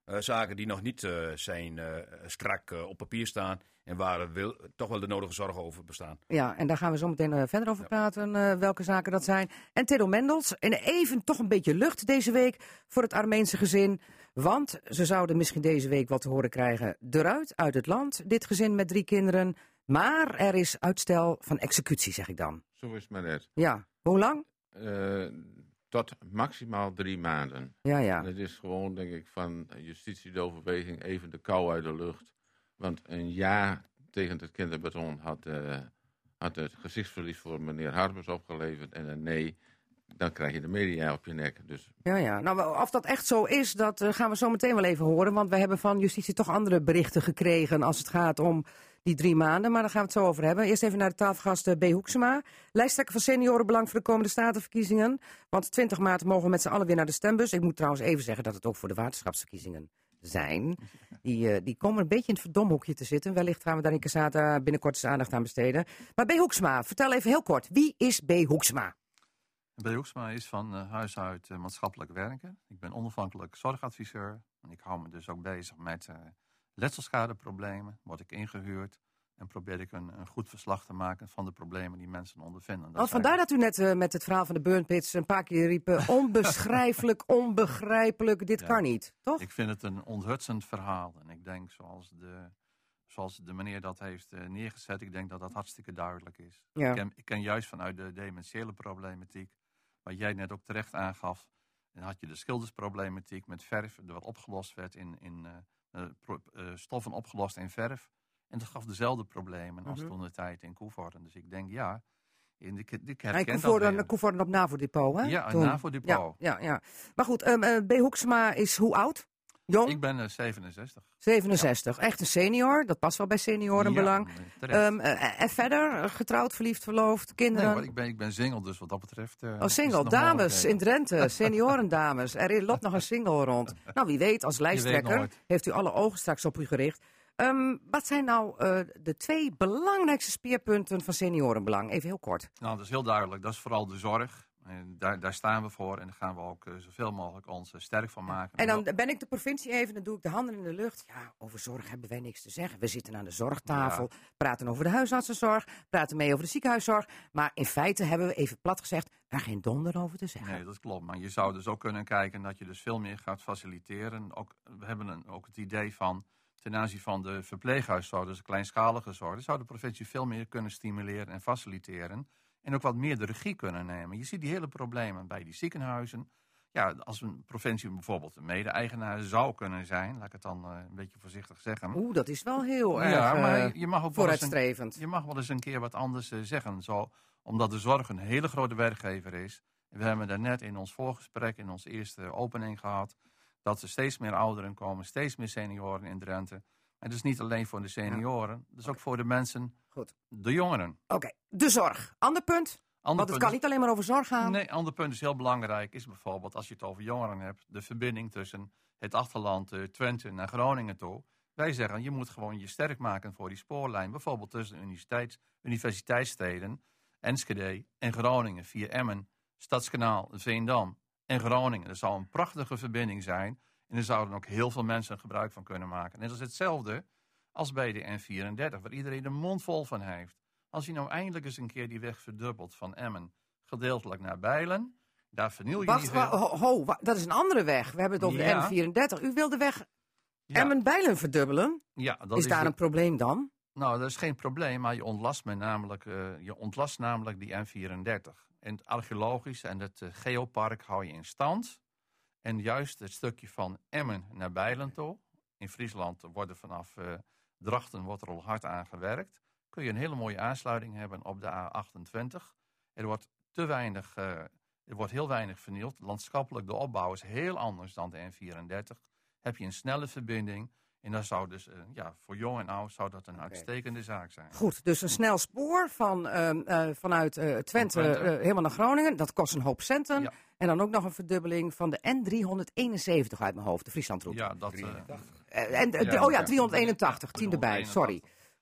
Uh, zaken die nog niet uh, zijn uh, strak uh, op papier staan en waar wil, toch wel de nodige zorgen over bestaan. Ja, en daar gaan we zo meteen uh, verder over ja. praten, uh, welke zaken dat zijn. En Teddo Mendels, en even toch een beetje lucht deze week voor het Armeense gezin. Want ze zouden misschien deze week wat te horen krijgen eruit, uit het land, dit gezin met drie kinderen. Maar er is uitstel van executie, zeg ik dan. Zo is het maar net. Ja, hoe lang? Uh, tot maximaal drie maanden. Ja, ja. En het is gewoon, denk ik, van justitie de overweging even de kou uit de lucht. Want een ja tegen het kinderbeton had, uh, had het gezichtsverlies voor meneer Harbers opgeleverd. En een nee, dan krijg je de media op je nek. Dus... Ja, ja. Nou, of dat echt zo is, dat uh, gaan we zo meteen wel even horen. Want we hebben van justitie toch andere berichten gekregen als het gaat om die drie maanden. Maar daar gaan we het zo over hebben. Eerst even naar de tafelgast uh, B. Hoeksema. Lijsttrekker van Seniorenbelang voor de komende statenverkiezingen. Want twintig maart mogen we met z'n allen weer naar de stembus. Ik moet trouwens even zeggen dat het ook voor de waterschapsverkiezingen zijn. Die, uh, die komen een beetje in het verdomhoekje te zitten. Wellicht gaan we daar in Casata binnenkort eens aandacht aan besteden. Maar B. Hoeksema, vertel even heel kort. Wie is B. Hoeksema? B. Hoeksema is van uh, huis uit uh, maatschappelijk werken. Ik ben onafhankelijk zorgadviseur. En ik hou me dus ook bezig met uh, letselschadeproblemen. Word ik ingehuurd en probeer ik een, een goed verslag te maken van de problemen die mensen ondervinden. Dat oh, vandaar dat u net uh, met het verhaal van de burnpits een paar keer riep... Uh, onbeschrijfelijk, onbegrijpelijk, dit ja, kan niet, toch? Ik vind het een onthutsend verhaal. En ik denk, zoals de, zoals de meneer dat heeft uh, neergezet... ik denk dat dat hartstikke duidelijk is. Ja. Ik, ken, ik ken juist vanuit de dementiële problematiek... wat jij net ook terecht aangaf... dan had je de schildersproblematiek met verf... er wat opgelost werd in, in uh, pro, uh, stoffen opgelost in verf... En dat gaf dezelfde problemen als mm-hmm. toen de tijd in Koevoorden. Dus ik denk, ja, ik, ik, ik herken dat weer. Koevoorden op NAVO-depot, hè? Ja, een NAVO-depot. Ja, ja, ja. Maar goed, um, uh, B. Hoeksema is hoe oud? Jong? Ik ben uh, zevenenzestig. zevenenzestig. Ja. Echt een senior. Dat past wel bij seniorenbelang. Ja, um, uh, en verder, getrouwd, verliefd, verloofd, kinderen? Nee, ik ben, ik ben single, dus wat dat betreft... Uh, oh, single. Dames in Drenthe. Seniorendames. Er loopt nog een single rond. Nou, wie weet, als lijsttrekker weet heeft u alle ogen straks op u gericht. Um, wat zijn nou uh, de twee belangrijkste speerpunten van seniorenbelang? Even heel kort. Nou, dat is heel duidelijk. Dat is vooral de zorg. En daar, daar staan we voor en daar gaan we ook uh, zoveel mogelijk ons uh, sterk van maken. En dan ben ik de provincie even, dan doe ik de handen in de lucht. Ja, over zorg hebben wij niks te zeggen. We zitten aan de zorgtafel, ja. praten over de huisartsenzorg, praten mee over de ziekenhuiszorg. Maar in feite hebben we, even plat gezegd, daar geen donder over te zeggen. Nee, dat klopt. Maar je zou dus ook kunnen kijken dat je dus veel meer gaat faciliteren. Ook, we hebben een, ook het idee van... ten aanzien van de verpleeghuiszorg, dus de kleinschalige zorg... zou de provincie veel meer kunnen stimuleren en faciliteren... en ook wat meer de regie kunnen nemen. Je ziet die hele problemen bij die ziekenhuizen. Ja, als een provincie bijvoorbeeld een mede-eigenaar zou kunnen zijn... laat ik het dan uh, een beetje voorzichtig zeggen. Oeh, dat is wel heel erg ja, maar je mag ook vooruitstrevend. Een, je mag wel eens een keer wat anders uh, zeggen. Zo, omdat de zorg een hele grote werkgever is. We hebben daar net in ons voorgesprek, in onze eerste opening gehad... dat er steeds meer ouderen komen, steeds meer senioren in Drenthe. En dat is niet alleen voor de senioren, dat is ook okay. voor de mensen, Goed. de jongeren. Oké, okay. de zorg. Ander punt? Ander Want het punt kan is, niet alleen maar over zorg gaan. Nee, ander punt is heel belangrijk, is bijvoorbeeld als je het over jongeren hebt... de verbinding tussen het achterland uh, Twente naar Groningen toe. Wij zeggen, je moet gewoon je sterk maken voor die spoorlijn. Bijvoorbeeld tussen universiteits, universiteitssteden, Enschede en Groningen... via Emmen, Stadskanaal, Veendam... en Groningen. Dat zou een prachtige verbinding zijn. En er zouden ook heel veel mensen gebruik van kunnen maken. Net als hetzelfde als bij de N vierendertig, waar iedereen de mond vol van heeft. Als je nou eindelijk eens een keer die weg verdubbelt van Emmen, gedeeltelijk naar Bijlen, daar verniel je Wacht, niet veel. Ho, ho, ho, dat is een andere weg. We hebben het over ja. de N vierendertig. U wil de weg ja. Emmen-Bijlen verdubbelen? Ja, dat is, is daar de... een probleem dan? Nou, dat is geen probleem, maar je ontlast, me namelijk, uh, je ontlast namelijk die N vierendertig. En het archeologisch en het uh, geopark hou je in stand. En juist het stukje van Emmen naar Bijlen toe. In Friesland wordt er vanaf uh, Drachten wordt er al hard aan gewerkt. Kun je een hele mooie aansluiting hebben op de A achtentwintig. Er wordt te weinig, uh, er wordt heel weinig vernield. Landschappelijk de opbouw is heel anders dan de N vierendertig. Heb je een snelle verbinding. En dat zou dus, uh, ja, voor jong en oud zou dat een okay. uitstekende zaak zijn. Goed, dus een snel spoor van, uh, uh, vanuit uh, Twente, Twente. Uh, helemaal naar Groningen. Dat kost een hoop centen. Ja. En dan ook nog een verdubbeling van de N driehonderdeenenzeventig uit mijn hoofd, de Frieslandroute. Ja, dat... Uh, uh, en, uh, ja, oh ja, driehonderdeenentachtig, tien erbij, sorry.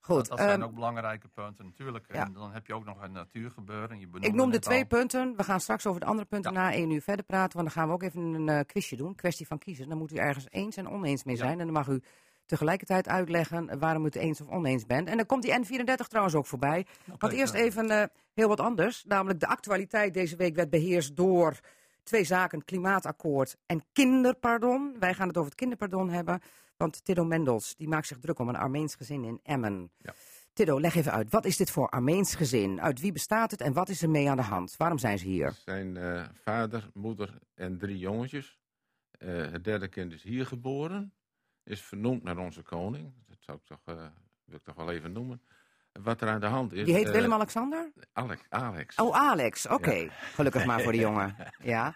Goed. Dat, dat zijn um, ook belangrijke punten natuurlijk. Ja. En dan heb je ook nog een natuurgebeuren. Je Ik noemde net twee al. punten. We gaan straks over de andere punten Ja. na één uur verder praten. Want dan gaan we ook even een uh, quizje doen. Kwestie van kiezen. Dan moet u ergens eens en oneens mee zijn. Ja. En dan mag u tegelijkertijd uitleggen waarom u het eens of oneens bent. En dan komt die N vierendertig trouwens ook voorbij. Oké, Want eerst ja. even uh, heel wat anders. Namelijk de actualiteit deze week werd beheerst door twee zaken. Klimaatakkoord en kinderpardon. Wij gaan het over het kinderpardon hebben. Want Tiddo Mendels die maakt zich druk om een Armeens gezin in Emmen. Ja. Tiddo, leg even uit. Wat is dit voor Armeens gezin? Uit wie bestaat het en wat is er mee aan de hand? Waarom zijn ze hier? Er zijn uh, vader, moeder en drie jongetjes. Uh, het derde kind is hier geboren. Is vernoemd naar onze koning. Dat zou ik toch, uh, wil ik toch wel even noemen. Wat er aan de hand is... Die heet uh, Willem-Alexander? Alex. Alex. Oh, Alex. Oké. Ja. Gelukkig maar voor de jongen. Ja.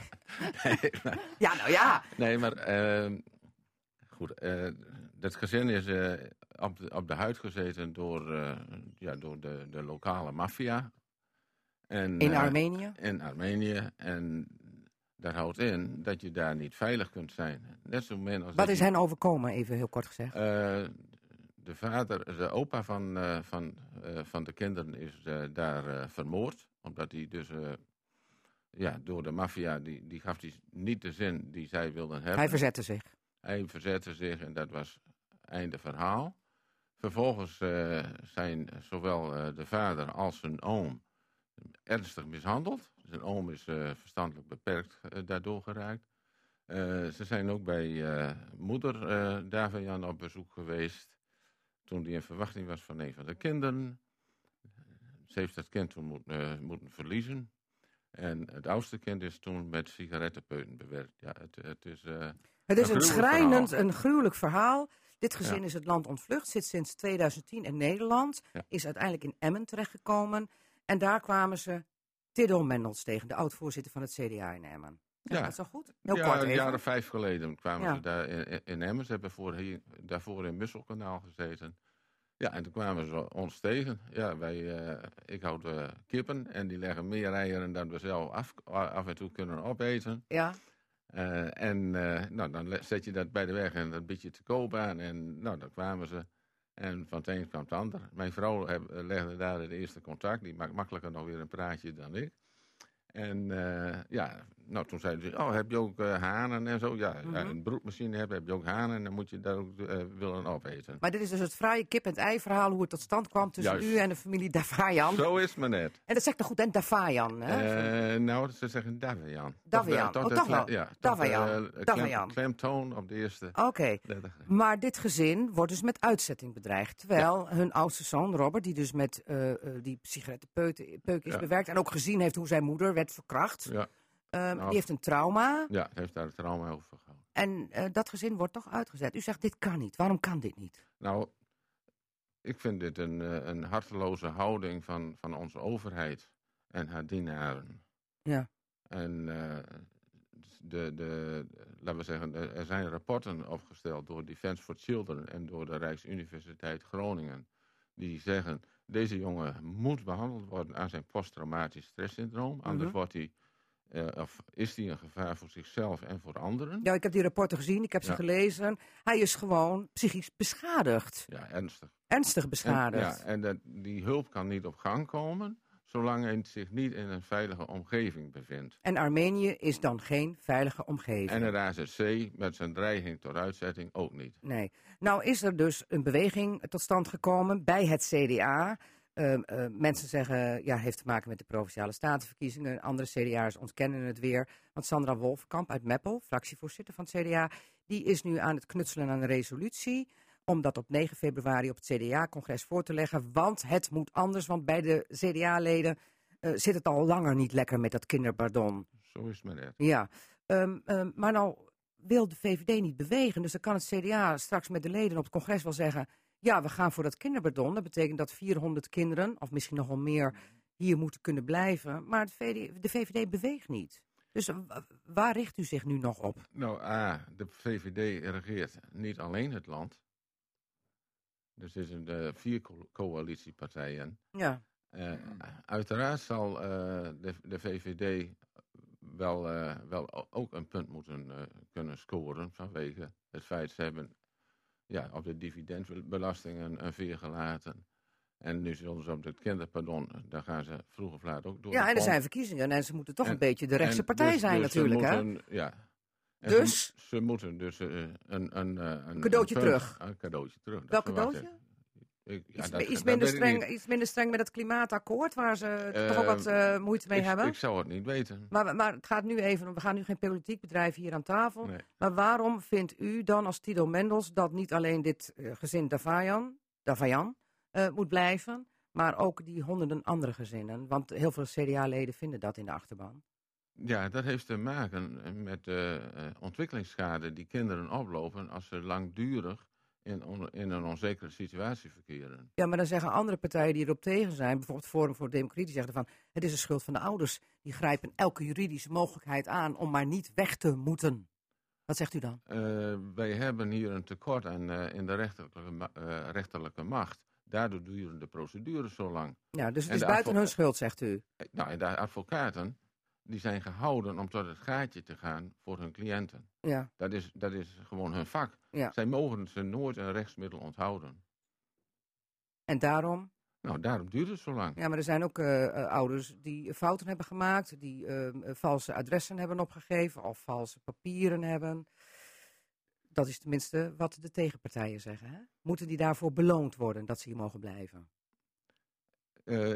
Nee, maar, Ja, nou ja. nee, maar... Uh, goed, uh, dat gezin is uh, op, de, op de huid gezeten door, uh, ja, door de, de lokale maffia. En, In uh, Armenië? In Armenië. En dat houdt in dat je daar niet veilig kunt zijn. Net zo min als Wat dat is je, hen overkomen, even heel kort gezegd? uh, de vader, de opa van, uh, van, uh, van de kinderen is uh, daar uh, vermoord. Omdat hij dus... Uh, ja, door de maffia, die, die gaf hij niet de zin die zij wilden hebben. Hij verzette zich. Hij verzette zich en dat was einde verhaal. Vervolgens uh, zijn zowel uh, de vader als zijn oom ernstig mishandeld. Zijn oom is uh, verstandelijk beperkt uh, daardoor geraakt. Uh, ze zijn ook bij uh, moeder uh, Davian op bezoek geweest. Toen die in verwachting was van een van de kinderen. Ze heeft dat kind toen moet, uh, moeten verliezen. En het oudste kind is toen met sigarettenpeuten bewerkt. Ja, het, het is... Uh, Het is Een een gruwelijk schrijnend, verhaal. een gruwelijk verhaal. Dit gezin Ja. is het land ontvlucht, zit sinds tweeduizend tien in Nederland. Ja. Is uiteindelijk in Emmen terechtgekomen. En daar kwamen ze Tiddo Mendels tegen, de oud-voorzitter van het C D A in Emmen. Ja, Ja. dat is wel goed? Heel ja, kort een even. jaar of vijf geleden kwamen Ja. ze daar in, in Emmen. Ze hebben voor hier, daarvoor in Musselkanaal gezeten. Ja, en toen kwamen ze ons tegen. Ja, wij, uh, ik houd uh, kippen en die leggen meer eieren dan we zelf af, af en toe kunnen opeten. Ja. Uh, en uh, nou, dan le- zet je dat bij de weg en dat bied je te koop aan. En nou, dan kwamen ze. En van het een kwam het ander. Mijn vrouw heb, legde daar het eerste contact. Die maakt makkelijker nog weer een praatje dan ik. En uh, ja, nou toen zeiden ze, oh, heb je ook uh, hanen en zo? Ja, Mhm. ja, een broedmachine heb, heb je ook hanen en dan moet je daar ook uh, willen opeten. Maar dit is dus het fraaie kip-en-ei-verhaal, hoe het tot stand kwam tussen Juist. u en de familie Davayan. Zo is het maar net. En dat zegt toch goed, en Davayan, hè? Uh, nou, ze zeggen Davian. Davian, Toch de- oh, de toch kle- wel. Ja, toch Davian, de, uh, Davian. klem, klemtoon op de eerste Oké. letter. Maar dit gezin wordt dus met uitzetting bedreigd. Terwijl hun oudste zoon, Robert, die dus met uh, uh, die sigarettenpeuk is Ja. bewerkt... en ook gezien heeft hoe zijn moeder werd verkracht... Ja, Um, Nou. die heeft een trauma ja, hij heeft daar het trauma over gehouden. en uh, dat gezin wordt toch uitgezet. U zegt, dit kan niet. Waarom kan dit niet? Nou, ik vind dit een, uh, een harteloze houding van, van onze overheid en haar dienaren. Ja. En uh, de, de, laten we zeggen, de- er zijn rapporten opgesteld door Defence for Children en door de Rijksuniversiteit Groningen. Die zeggen, deze jongen moet behandeld worden aan zijn posttraumatisch stresssyndroom. Anders Mhm. wordt hij, uh, of is hij een gevaar voor zichzelf en voor anderen. Ja, ik heb die rapporten gezien, ik heb ze Ja. gelezen. Hij is gewoon psychisch beschadigd. Ja, ernstig. Ernstig En, beschadigd. ja, en dat, die hulp kan niet op gang komen, zolang hij zich niet in een veilige omgeving bevindt. En Armenië is dan geen veilige omgeving. En het A Z C met zijn dreiging tot uitzetting ook niet. Nee. Nou is er dus een beweging tot stand gekomen bij het C D A. Uh, uh, mensen zeggen, ja, heeft te maken met de Provinciale Statenverkiezingen. Andere C D A'ers ontkennen het weer. Want Sandra Wolfkamp uit Meppel, fractievoorzitter van het C D A... die is nu aan het knutselen aan een resolutie... om dat op negen februari op het C D A-congres voor te leggen. Want het moet anders, want bij de C D A-leden uh, zit het al langer niet lekker met dat kinderpardon. Zo is het maar net. Ja, um, um, maar nou wil de V V D niet bewegen. Dus dan kan het C D A straks met de leden op het congres wel zeggen... ja, we gaan voor dat kinderpardon. Dat betekent dat vierhonderd kinderen, of misschien nog wel meer... hier moeten kunnen blijven. Maar de V V D, de V V D beweegt niet. Dus uh, waar richt u zich nu nog op? Nou, A, de V V D regeert niet alleen het land. Dus er zijn uh, vier co- coalitiepartijen. Ja, Uh, uiteraard zal uh, de, de V V D wel, uh, wel ook een punt moeten uh, kunnen scoren vanwege het feit ze hebben ja, op de dividendbelasting een, een veer gelaten. En nu zullen ze op het kinderpardon, daar gaan ze vroeg of laat ook door. Ja, de en er pomp. zijn verkiezingen en ze moeten toch En- een beetje de rechtse En partij dus- zijn dus ze natuurlijk, hè? moeten, Ja. En Dus? Ze, ze moeten dus uh, een, een, uh, een... cadeautje een punt- terug. Een cadeautje terug. Dat Welk verwacht cadeautje? ik. Ik, ja, Iets, dat- iets dat minder weet ik streng, niet. iets minder streng met het klimaatakkoord, waar ze toch ook Eh, wat eh, moeite mee ik, hebben. Ik zou het niet weten. Maar, maar het gaat nu even, we gaan nu geen politiek bedrijven hier aan tafel. Nee. Maar waarom vindt u dan als Tito Mendels dat niet alleen dit uh, gezin Davayan, Davayan uh, moet blijven, maar ook die honderden andere gezinnen? Want heel veel C D A-leden vinden dat in de achterban. Ja, dat heeft te maken met de uh, ontwikkelingsschade die kinderen oplopen als ze langdurig in, on, in een onzekere situatie verkeren. Ja, maar dan zeggen andere partijen die erop tegen zijn, bijvoorbeeld Forum voor Democratie, die zeggen van het is de schuld van de ouders. Die grijpen elke juridische mogelijkheid aan om maar niet weg te moeten. Wat zegt u dan? Uh, wij hebben hier een tekort aan, uh, in de rechterlijke, uh, rechterlijke macht. Daardoor duren de procedures zo lang. Ja, dus het En is de buiten advo- hun schuld, zegt u. Nou, en de advocaten die zijn gehouden om tot het gaatje te gaan voor hun cliënten. Ja, Dat is, dat is gewoon hun vak. ja. Zij mogen ze nooit een rechtsmiddel onthouden. En daarom? Nou, daarom duurt het zo lang. Ja, maar er zijn ook uh, uh, ouders die fouten hebben gemaakt, die uh, uh, valse adressen hebben opgegeven of valse papieren hebben. Dat is tenminste wat de tegenpartijen zeggen. Hè? Moeten die daarvoor beloond worden dat ze hier mogen blijven? Uh,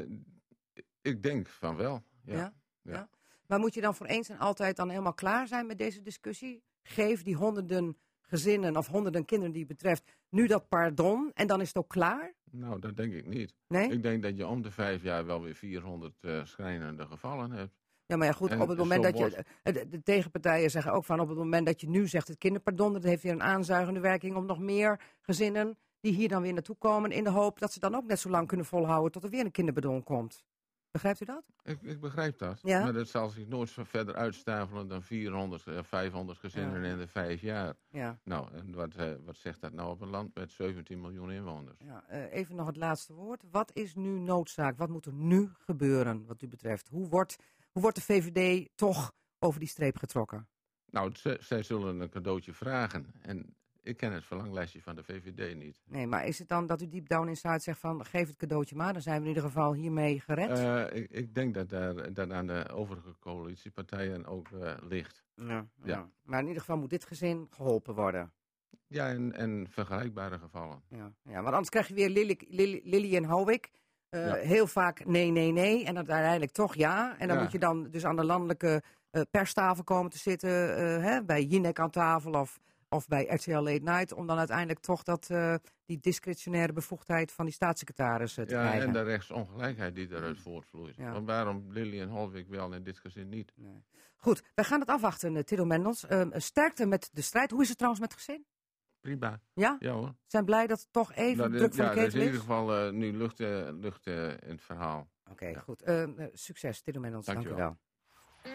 ik denk van wel, ja. Ja? Ja. Ja? Maar moet je dan voor eens en altijd dan helemaal klaar zijn met deze discussie? Geef die honderden gezinnen of honderden kinderen die het betreft nu dat pardon en dan is het ook klaar? Nou, dat denk ik niet. Nee? Ik denk dat je om de vijf jaar wel weer vierhonderd uh, schrijnende gevallen hebt. Ja, maar ja, goed, En op het moment zo dat je... wordt- De, de tegenpartijen zeggen ook van op het moment dat je nu zegt het kinderpardon, dat heeft weer een aanzuigende werking om nog meer gezinnen die hier dan weer naartoe komen in de hoop dat ze dan ook net zo lang kunnen volhouden tot er weer een kinderpardon komt. Begrijpt u dat? Ik, ik begrijp dat. Ja? Maar dat zal zich nooit zo verder uitstapelen dan vierhonderd, uh, vijfhonderd gezinnen Ja. in de vijf jaar. Ja. Nou, en wat, uh, wat zegt dat nou op een land met zeventien miljoen inwoners? ja uh, even nog het laatste woord. Wat is nu noodzaak? Wat moet er nu gebeuren wat u betreft? Hoe wordt, hoe wordt de V V D toch over die streep getrokken? Nou, z- zij zullen een cadeautje vragen. En ik ken het verlanglijstje van de V V D niet. Nee, maar is het dan dat u deep down inside zegt van geef het cadeautje maar, dan zijn we in ieder geval hiermee gered? Uh, ik, ik denk dat daar, dat aan de overige coalitiepartijen ook uh, ligt. Ja, ja. Ja. Maar in ieder geval moet dit gezin geholpen worden. Ja, en, en vergelijkbare gevallen. Ja, ja, want anders krijg je weer Lily, Lily, Lily en Houwik. Uh, Ja. Heel vaak nee, nee, nee. En dan uiteindelijk toch ja. En dan Ja. moet je dan dus aan de landelijke uh, perstafel komen te zitten. Uh, hè, bij Jinek aan tafel of, of bij R T L Late Night. Om dan uiteindelijk toch dat, uh, die discretionaire bevoegdheid van die staatssecretaris uh, te Ja, krijgen. en de rechtsongelijkheid die daaruit voortvloeit. Ja. Want waarom Lily en Holwijk wel en dit gezin niet? Nee. Goed, wij gaan het afwachten, uh, Tito Mendels. Uh, sterkte met de strijd. Hoe is het trouwens met het gezin? Prima. Ja? Ja hoor. Zijn blij dat het toch even Nou, de- druk van ja, de er is ketel in is? ieder geval uh, nu lucht, uh, lucht uh, in het verhaal. Oké, Ja. goed. Uh, uh, succes, Tito Mendels. Dank u Dankjewel. wel.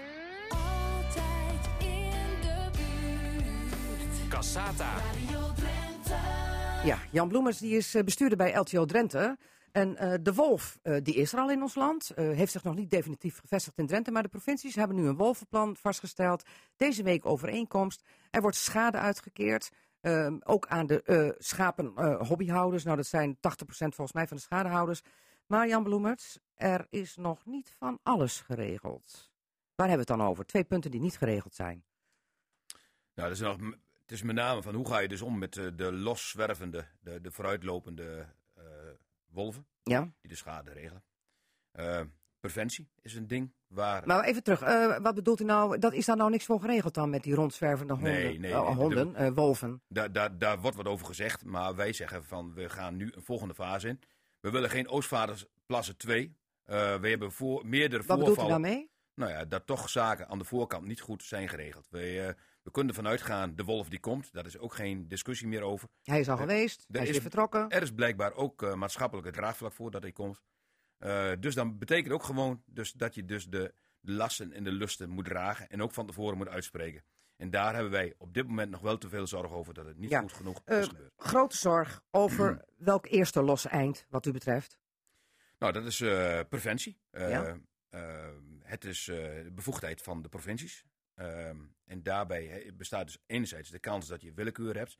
Altijd in de buurt. Cassata. Radio Drenthe. Ja, Jan Bloemers die is eh, bestuurder bij L T O Drenthe. En eh, de wolf eh, die is er al in ons land. Eh, heeft zich nog niet definitief gevestigd in Drenthe. Maar de provincies hebben nu een wolvenplan vastgesteld. Deze week overeenkomst. Er wordt schade uitgekeerd. eh, ook aan de eh, schapen eh, hobbyhouders. Nou, dat zijn tachtig procent volgens mij van de schadehouders. Maar Jan Bloemers, er is nog niet van alles geregeld. Waar hebben we het dan over? Twee punten die niet geregeld zijn. Nou, dat is nog, het is met name van hoe ga je dus om met de, de loszwervende, de, de vooruitlopende uh, wolven, Ja? die de schade regelen. Uh, preventie is een ding waar... Maar even terug, uh, wat bedoelt u nou? Dat is daar nou niks voor geregeld dan met die rondzwervende honden? Nee, nee, uh, nee, honden, uh, wolven. Daar, daar, daar wordt wat over gezegd, maar wij zeggen van we gaan nu een volgende fase in. We willen geen Oostvaardersplassen twee. Uh, we hebben voor, meerdere Wat voorvallen. bedoelt u daarmee? Nou ja, dat toch zaken aan de voorkant niet goed zijn geregeld. We, uh, we kunnen ervan uitgaan, de wolf die komt, daar is ook geen discussie meer over. Hij is al Er- geweest, er hij is is- weer vertrokken. Er is blijkbaar ook uh, maatschappelijke draagvlak voor dat hij komt. Uh, dus dan betekent ook gewoon dus dat je dus de, de lasten en de lusten moet dragen en ook van tevoren moet uitspreken. En daar hebben wij op dit moment nog wel te veel zorg over dat het niet Ja. goed genoeg Uh, is gebeurd. grote zorg over welk eerste losse eind wat u betreft. Nou, dat is uh, preventie. Uh, Ja. uh, het is uh, de bevoegdheid van de provincies. Uh, en daarbij he, bestaat dus enerzijds de kans dat je willekeur hebt.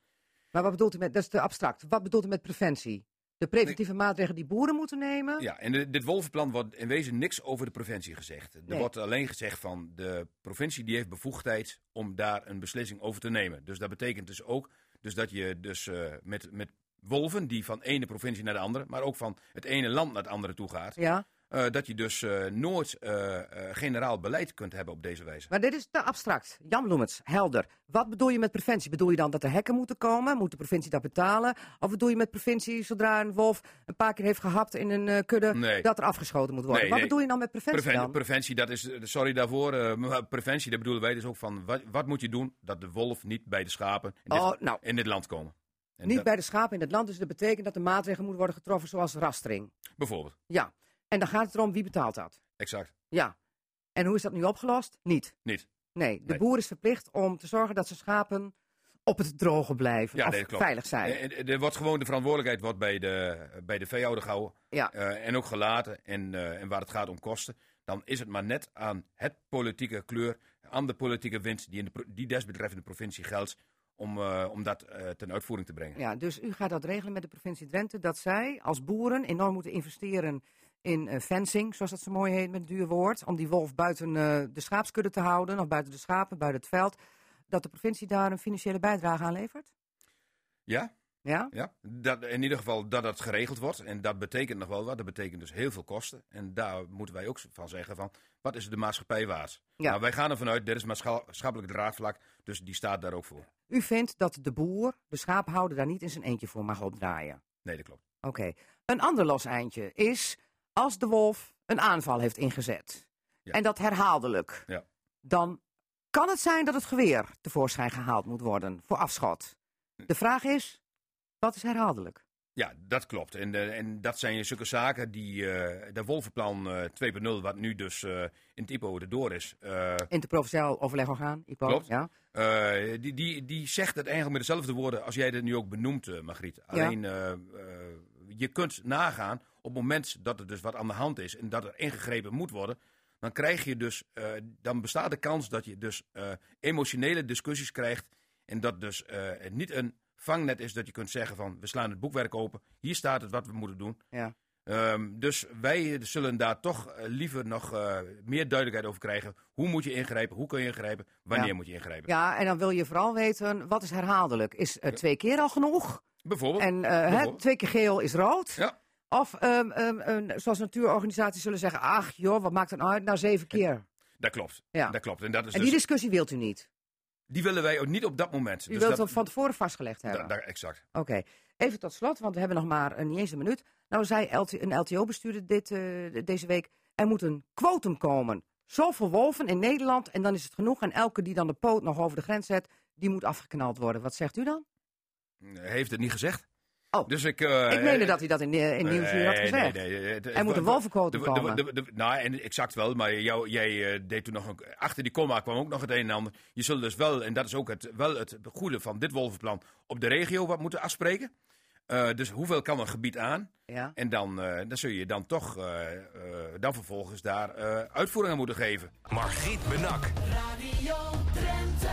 Maar wat bedoelt u met, dat is te abstract, wat bedoelt u met preventie? De preventieve maatregelen die boeren moeten nemen? Ja, en de, dit wolvenplan wordt in wezen niks over de provincie gezegd. Er Nee. wordt alleen gezegd van de provincie die heeft bevoegdheid om daar een beslissing over te nemen. Dus dat betekent dus ook dus dat je dus uh, met, met wolven die van de ene provincie naar de andere, maar ook van het ene land naar het andere toe gaat, Ja, uh, dat je dus uh, nooit uh, uh, generaal beleid kunt hebben op deze wijze. maar dit is te abstract. Jan Bloemens, helder. Wat bedoel je met preventie? Bedoel je dan dat er hekken moeten komen? Moet de provincie dat betalen? Of bedoel je met preventie, zodra een wolf een paar keer heeft gehapt in een uh, kudde, Nee. dat er afgeschoten moet worden? Nee, wat nee. bedoel je dan met preventie Preven- dan? preventie, dat is, sorry daarvoor, uh, maar preventie, daar bedoelen wij dus ook van, wat, wat moet je doen dat de wolf niet bij de schapen in dit, Oh, nou, in dit land komen? En niet dat- bij de schapen in het land, dus dat betekent dat er maatregelen moeten worden getroffen zoals rastering. Bijvoorbeeld, Ja, en dan gaat het erom wie betaalt dat. exact, Ja, en hoe is dat nu opgelost? Niet. niet. Nee, de Nee. boer is verplicht om te zorgen dat zijn schapen op het droge blijven Ja, of nee, dat klopt. veilig zijn. Eh, eh, Er wordt gewoon de verantwoordelijkheid wordt bij de, bij de veehouder gehouden Ja. eh, en ook gelaten. En, eh, en waar het gaat om kosten, dan is het maar net aan het politieke kleur, aan de politieke wind die in de, pro- die desbetreffende provincie geldt, om, uh, om dat uh, ten uitvoering te brengen. Ja, dus u gaat dat regelen met de provincie Drenthe, dat zij als boeren enorm moeten investeren in uh, fencing, zoals dat zo mooi heet met een duur woord, om die wolf buiten uh, de schaapskudde te houden, of buiten de schapen, buiten het veld, dat de provincie daar een financiële bijdrage aan levert? Ja, Ja? ja. Dat, in ieder geval dat dat geregeld wordt. En dat betekent nog wel wat. Dat betekent dus heel veel kosten. En daar moeten wij ook van zeggen van, wat is de maatschappij waard? Ja. Nou, wij gaan ervan uit, dit is maatschappelijk draagvlak, dus die staat daar ook voor. U vindt dat de boer, de schaaphouder, daar niet in zijn eentje voor mag opdraaien? Nee, dat klopt. Oké. Een ander los eindje is als de wolf een aanval heeft ingezet. Ja. En dat herhaaldelijk. Ja. Dan kan het zijn dat het geweer tevoorschijn gehaald moet worden voor afschot. De vraag is, wat is herhaaldelijk? Ja, dat klopt. En, uh, en dat zijn zulke zaken die uh, de Wolvenplan uh, twee punt nul, wat nu dus uh, in het I P O erdoor is. Uh, Interprovinciaal overlegorgaan, I P O. Klopt. Ja. uh, die, die, die zegt het eigenlijk met dezelfde woorden als jij dit nu ook benoemt, uh, Margriet. Alleen, uh, uh, je kunt nagaan op het moment dat er dus wat aan de hand is en dat er ingegrepen moet worden, dan krijg je dus, uh, dan bestaat de kans dat je dus uh, emotionele discussies krijgt en dat dus uh, het niet een vangnet is dat je kunt zeggen van we slaan het boekwerk open, hier staat het wat we moeten doen. Ja. Um, dus wij zullen daar toch uh, liever nog uh, meer duidelijkheid over krijgen. Hoe moet je ingrijpen, hoe kun je ingrijpen, wanneer Ja. moet je ingrijpen. Ja, en dan wil je vooral weten, wat is herhaaldelijk? Is uh, twee keer al genoeg? Bijvoorbeeld. En uh, hè, Bijvoorbeeld. twee keer geel is rood? Ja. Of um, um, um, zoals natuurorganisaties zullen zeggen, ach joh, wat maakt het nou uit? Nou, zeven keer. Dat klopt. Ja. Dat klopt. En, dat is En dus, die discussie wilt u niet? die willen wij ook niet op dat moment. U Dus wilt dat, het van tevoren vastgelegd hebben? da- da- exact. Oké, even tot slot, want we hebben nog maar uh, niet eens een minuut. Nou zei L T, een L T O-bestuurder dit, uh, deze week, er moet een quotum komen. Zoveel wolven in Nederland en dan is het genoeg. En elke die dan de poot nog over de grens zet, die moet afgeknald worden. Wat zegt u dan? Hij heeft het niet gezegd. Oh, Dus ik, uh, ik meende dat hij dat in, uh, in Nieuwsuur had gezegd. Nee, nee, nee, het- Er moet een de- wolvenquotum de- de- komen. de- de- Nou, en exact wel, maar jou, jij uh, deed toen nog een, achter die komma kwam ook nog het een en ander. Je zult dus wel, en dat is ook het, wel het goede van dit wolvenplan, op de regio wat moeten afspreken. Uh, dus hoeveel kan een gebied aan? Ja. En dan, uh, dan zul je dan toch uh, uh, dan vervolgens daar uh, uitvoering aan moeten geven. Margriet Benak. Radio Drenthe.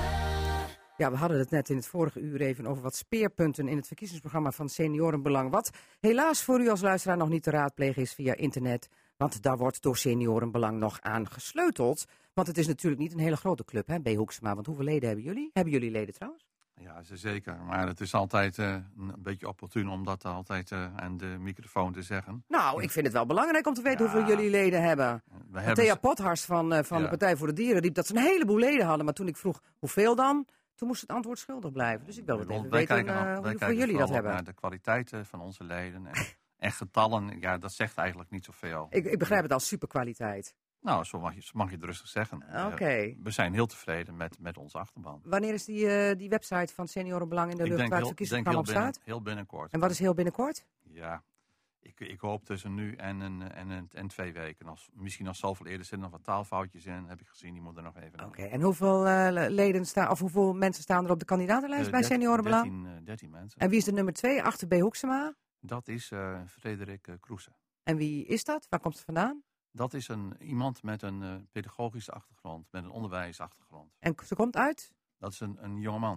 Ja, we hadden het net in het vorige uur even over wat speerpunten in het verkiezingsprogramma van Seniorenbelang. Wat helaas voor u als luisteraar nog niet te raadplegen is via internet. Want daar wordt door Seniorenbelang nog aan gesleuteld. Want het is natuurlijk niet een hele grote club, hè, B. Hoeksema. Want hoeveel leden hebben jullie? Hebben jullie leden trouwens? Ja, ze- zeker. Maar het is altijd uh, een beetje opportun om dat altijd uh, aan de microfoon te zeggen. Nou, ik vind het wel belangrijk om te weten Ja. hoeveel jullie leden hebben. We hebben Thea ze- Pothars van, uh, van de Ja. Partij voor de Dieren riep dat ze een heleboel leden hadden. Maar toen ik vroeg hoeveel dan, toen moest het antwoord schuldig blijven. Dus ik wil het even wij weten kijken, uh, al- wij hoeveel kijken jullie dat vooral hebben. naar de kwaliteiten van onze leden. En, en getallen, ja, dat zegt eigenlijk niet zoveel. Ik, ik begrijp het als superkwaliteit. Nou, zo mag je, zo mag je het rustig zeggen. Oké. Eh, we zijn heel tevreden met, met onze achterban. Wanneer is die, uh, die website van Seniorenbelang in de Ik lucht denk waar het heel, denk verkiezingsprogramma heel, op binnen, staat? heel binnenkort. En wat is heel binnenkort? Ja, ik, ik hoop tussen nu en, een, en, een, en twee weken. Als, misschien nog zoveel eerder zitten nog wat taalfoutjes in. Heb ik gezien, die moeten er nog even. Oké, en hoeveel uh, leden staan, of hoeveel mensen staan er op de kandidatenlijst Eh, bij dertien- Seniorenbelang? dertien, uh, dertien mensen. En wie is de nummer twee achter B. Hoeksema? Dat is uh, Frederik uh, Kroese. En wie is dat? Waar komt het vandaan? Dat is een, iemand met een uh, pedagogische achtergrond, met een onderwijsachtergrond. En ze komt uit? Dat is een, een jongeman.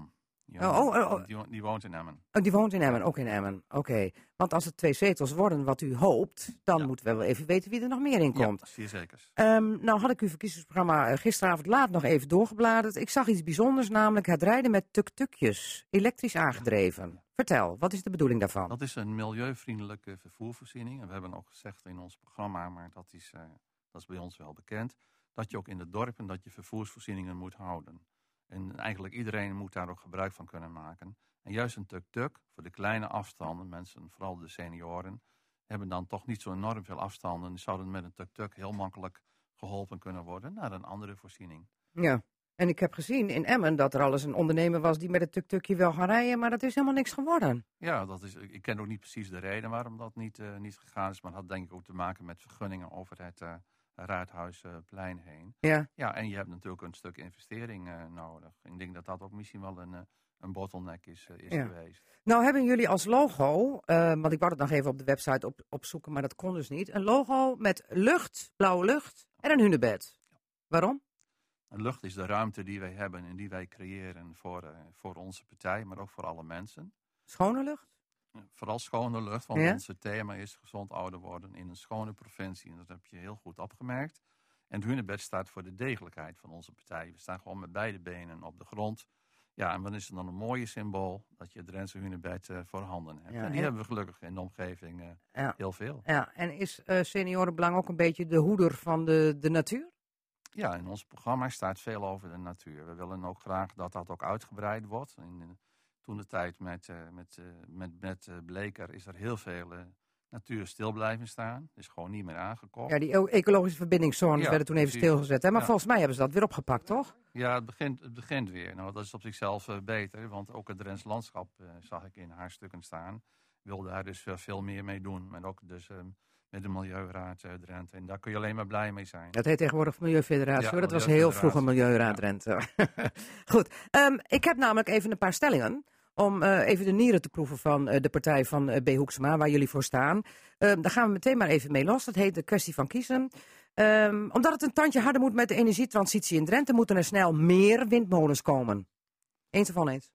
Ja, Oh, oh, oh. Die, wo- die woont in Emmen. Oh, die woont in Emmen, ook in Emmen. Oké. Want als het twee zetels worden wat u hoopt, dan Ja. moeten we wel even weten wie er nog meer in komt. Ja, zeer zeker. Ehm, nou had ik uw verkiezingsprogramma eh, gisteravond laat nog even doorgebladerd. Ik zag iets bijzonders, namelijk het rijden met tuk-tukjes, elektrisch aangedreven. Vertel, wat is de bedoeling daarvan? Dat is een milieuvriendelijke vervoervoorziening. En we hebben ook gezegd in ons programma, maar dat is, uh, dat is bij ons wel bekend, dat je ook in de dorpen dat je vervoersvoorzieningen moet houden. En eigenlijk iedereen moet daar ook gebruik van kunnen maken. En juist een tuk-tuk voor de kleine afstanden, mensen, vooral de senioren, hebben dan toch niet zo enorm veel afstanden. Die zouden met een tuk-tuk heel makkelijk geholpen kunnen worden naar een andere voorziening. Ja, en ik heb gezien in Emmen dat er al eens een ondernemer was die met het tuk-tukje wil gaan rijden, maar dat is helemaal niks geworden. Ja, dat is, ik ken ook niet precies de reden waarom dat niet, uh, niet gegaan is. Maar dat had denk ik ook te maken met vergunningen over het uh, Raadhuisplein heen. Ja. Ja, en je hebt natuurlijk een stuk investering uh, nodig. Ik denk dat dat ook misschien wel een, uh, een bottleneck is, uh, is Ja. geweest. Nou hebben jullie als logo, uh, want ik wou het nog even op de website op, opzoeken, maar dat kon dus niet. Een logo met lucht, blauwe lucht en een hunebed. Waarom? Een lucht is de ruimte die wij hebben en die wij creëren voor, uh, voor onze partij, maar ook voor alle mensen. Schone lucht? Uh, vooral schone lucht, want Ja? ons thema is gezond ouder worden in een schone provincie. En dat heb je heel goed opgemerkt. En het hunebed staat voor de degelijkheid van onze partij. We staan gewoon met beide benen op de grond. Ja, en dan is het dan een mooie symbool dat je het Drentse hunebed uh, voorhanden hebt. Ja, en die en- hebben we gelukkig in de omgeving uh, Ja. heel veel. Ja, en is uh, seniorenbelang ook een beetje de hoeder van de, de natuur? Ja, in ons programma staat veel over de natuur. We willen ook graag dat dat ook uitgebreid wordt. In, in, toen de tijd met, uh, met, uh, met, met uh, Bleker is er heel veel uh, natuur stil blijven staan. Is gewoon niet meer aangekocht. Ja, die e- ecologische verbindingszones Ja, werden toen even precies. stilgezet. Hè? Maar Ja. volgens mij hebben ze dat weer opgepakt, toch? Ja, het begint, het begint weer. Nou, dat is op zichzelf uh, beter, want ook het Drents landschap uh, zag ik in haar stukken staan. Wilde daar dus uh, veel meer mee doen. Maar ook dus um, met de Milieuraad uh, Drenthe. En daar kun je alleen maar blij mee zijn. Dat heet tegenwoordig Milieufederatie. Ja, hoor. Dat was heel Milieufederatie. vroeger Milieuraad Drenthe. Goed, um, ik heb namelijk even een paar stellingen. Om uh, even de nieren te proeven van uh, de partij van uh, B. Hoeksema, waar jullie voor staan. Um, daar gaan we meteen maar even mee los. Dat heet de kwestie van kiezen. Um, omdat het een tandje harder moet met de energietransitie in Drenthe, moeten er snel meer windmolens komen. Eens of oneens?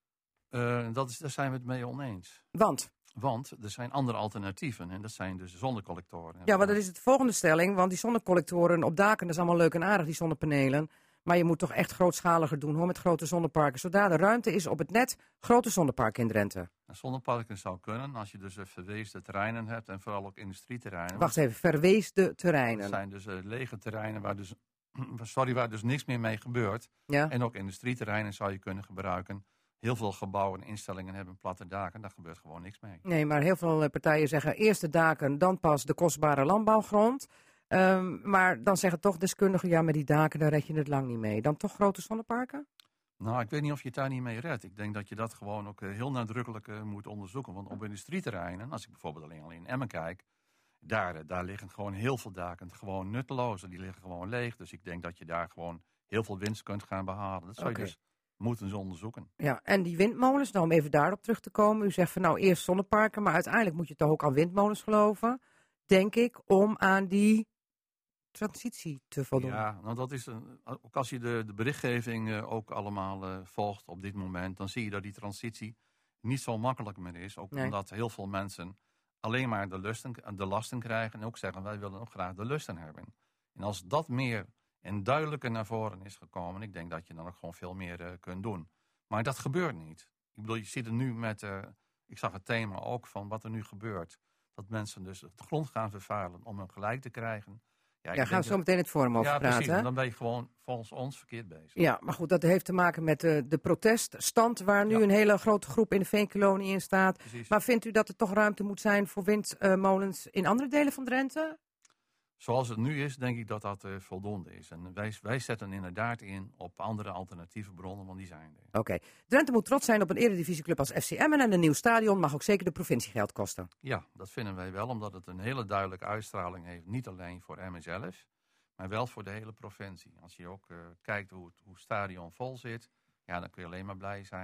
Uh, dat is, daar zijn we het mee oneens. Want? Want er zijn andere alternatieven. En dat zijn dus zonnecollectoren. Ja, maar dat is de volgende stelling. Want die zonnecollectoren op daken, dat is allemaal leuk en aardig, die zonnepanelen. Maar je moet toch echt grootschaliger doen, hoor, met grote zonneparken. Zodra er ruimte is op het net, grote zonneparken in Drenthe. Een zonneparken zou kunnen als je dus uh, verweesde terreinen hebt. En vooral ook industrieterreinen. Wacht even, verweesde Dat terreinen. zijn dus uh, lege terreinen waar dus, sorry, waar dus niks meer mee gebeurt. Ja? En ook industrieterreinen zou je kunnen gebruiken. Heel veel gebouwen en instellingen hebben platte daken. Daar gebeurt gewoon niks mee. Nee, maar heel veel eh, partijen zeggen eerst de daken, dan pas de kostbare landbouwgrond. Um, maar dan zeggen toch deskundigen, ja, met die daken, daar red je het lang niet mee. Dan toch grote zonneparken? Nou, ik weet niet of je het daar niet mee redt. Ik denk dat je dat gewoon ook uh, heel nadrukkelijk uh, moet onderzoeken. Want op industrieterreinen, als ik bijvoorbeeld alleen al in Emmen kijk, daar, uh, daar liggen gewoon heel veel daken gewoon nutteloos. Die liggen gewoon leeg. Dus ik denk dat je daar gewoon heel veel winst kunt gaan behalen. Dat zou Oké. je dus moeten eens onderzoeken. Ja, en die windmolens, nou om even daarop terug te komen. U zegt van nou eerst zonneparken, maar uiteindelijk moet je toch ook aan windmolens geloven. Denk ik, om aan die transitie te voldoen. Ja, nou dat is een, ook als je de, de berichtgeving uh, ook allemaal uh, volgt op dit moment, dan zie je dat die transitie niet zo makkelijk meer is. Ook Nee. omdat heel veel mensen alleen maar de, lusten, de lasten krijgen en ook zeggen wij willen ook graag de lusten hebben. En als dat meer en duidelijker naar voren is gekomen, ik denk dat je dan ook gewoon veel meer uh, kunt doen. Maar dat gebeurt niet. Ik bedoel, je ziet het nu met, uh, ik zag het thema ook van wat er nu gebeurt. Dat mensen dus de grond gaan vervuilen om hun gelijk te krijgen. Ja, Ja, gaan we zo meteen in het forum over ja, praten. precies. hè? En dan ben je gewoon volgens ons verkeerd bezig. Ja, maar goed, dat heeft te maken met de, de proteststand waar nu Ja. een hele grote groep in de Veenkolonie in staat. Precies. Maar vindt u dat er toch ruimte moet zijn voor windmolens in andere delen van Drenthe? Zoals het nu is, denk ik dat dat uh, voldoende is. En wij, wij zetten inderdaad in op andere alternatieve bronnen, want die zijn er. Oké. Drenthe moet trots zijn op een eredivisieclub als F C Emmen en een nieuw stadion mag ook zeker de provincie geld kosten. Ja, dat vinden wij wel, omdat het een hele duidelijke uitstraling heeft. Niet alleen voor Emmen zelf, maar wel voor de hele provincie. Als je ook uh, kijkt hoe het, hoe het stadion vol zit, ja, dan kun je alleen maar blij zijn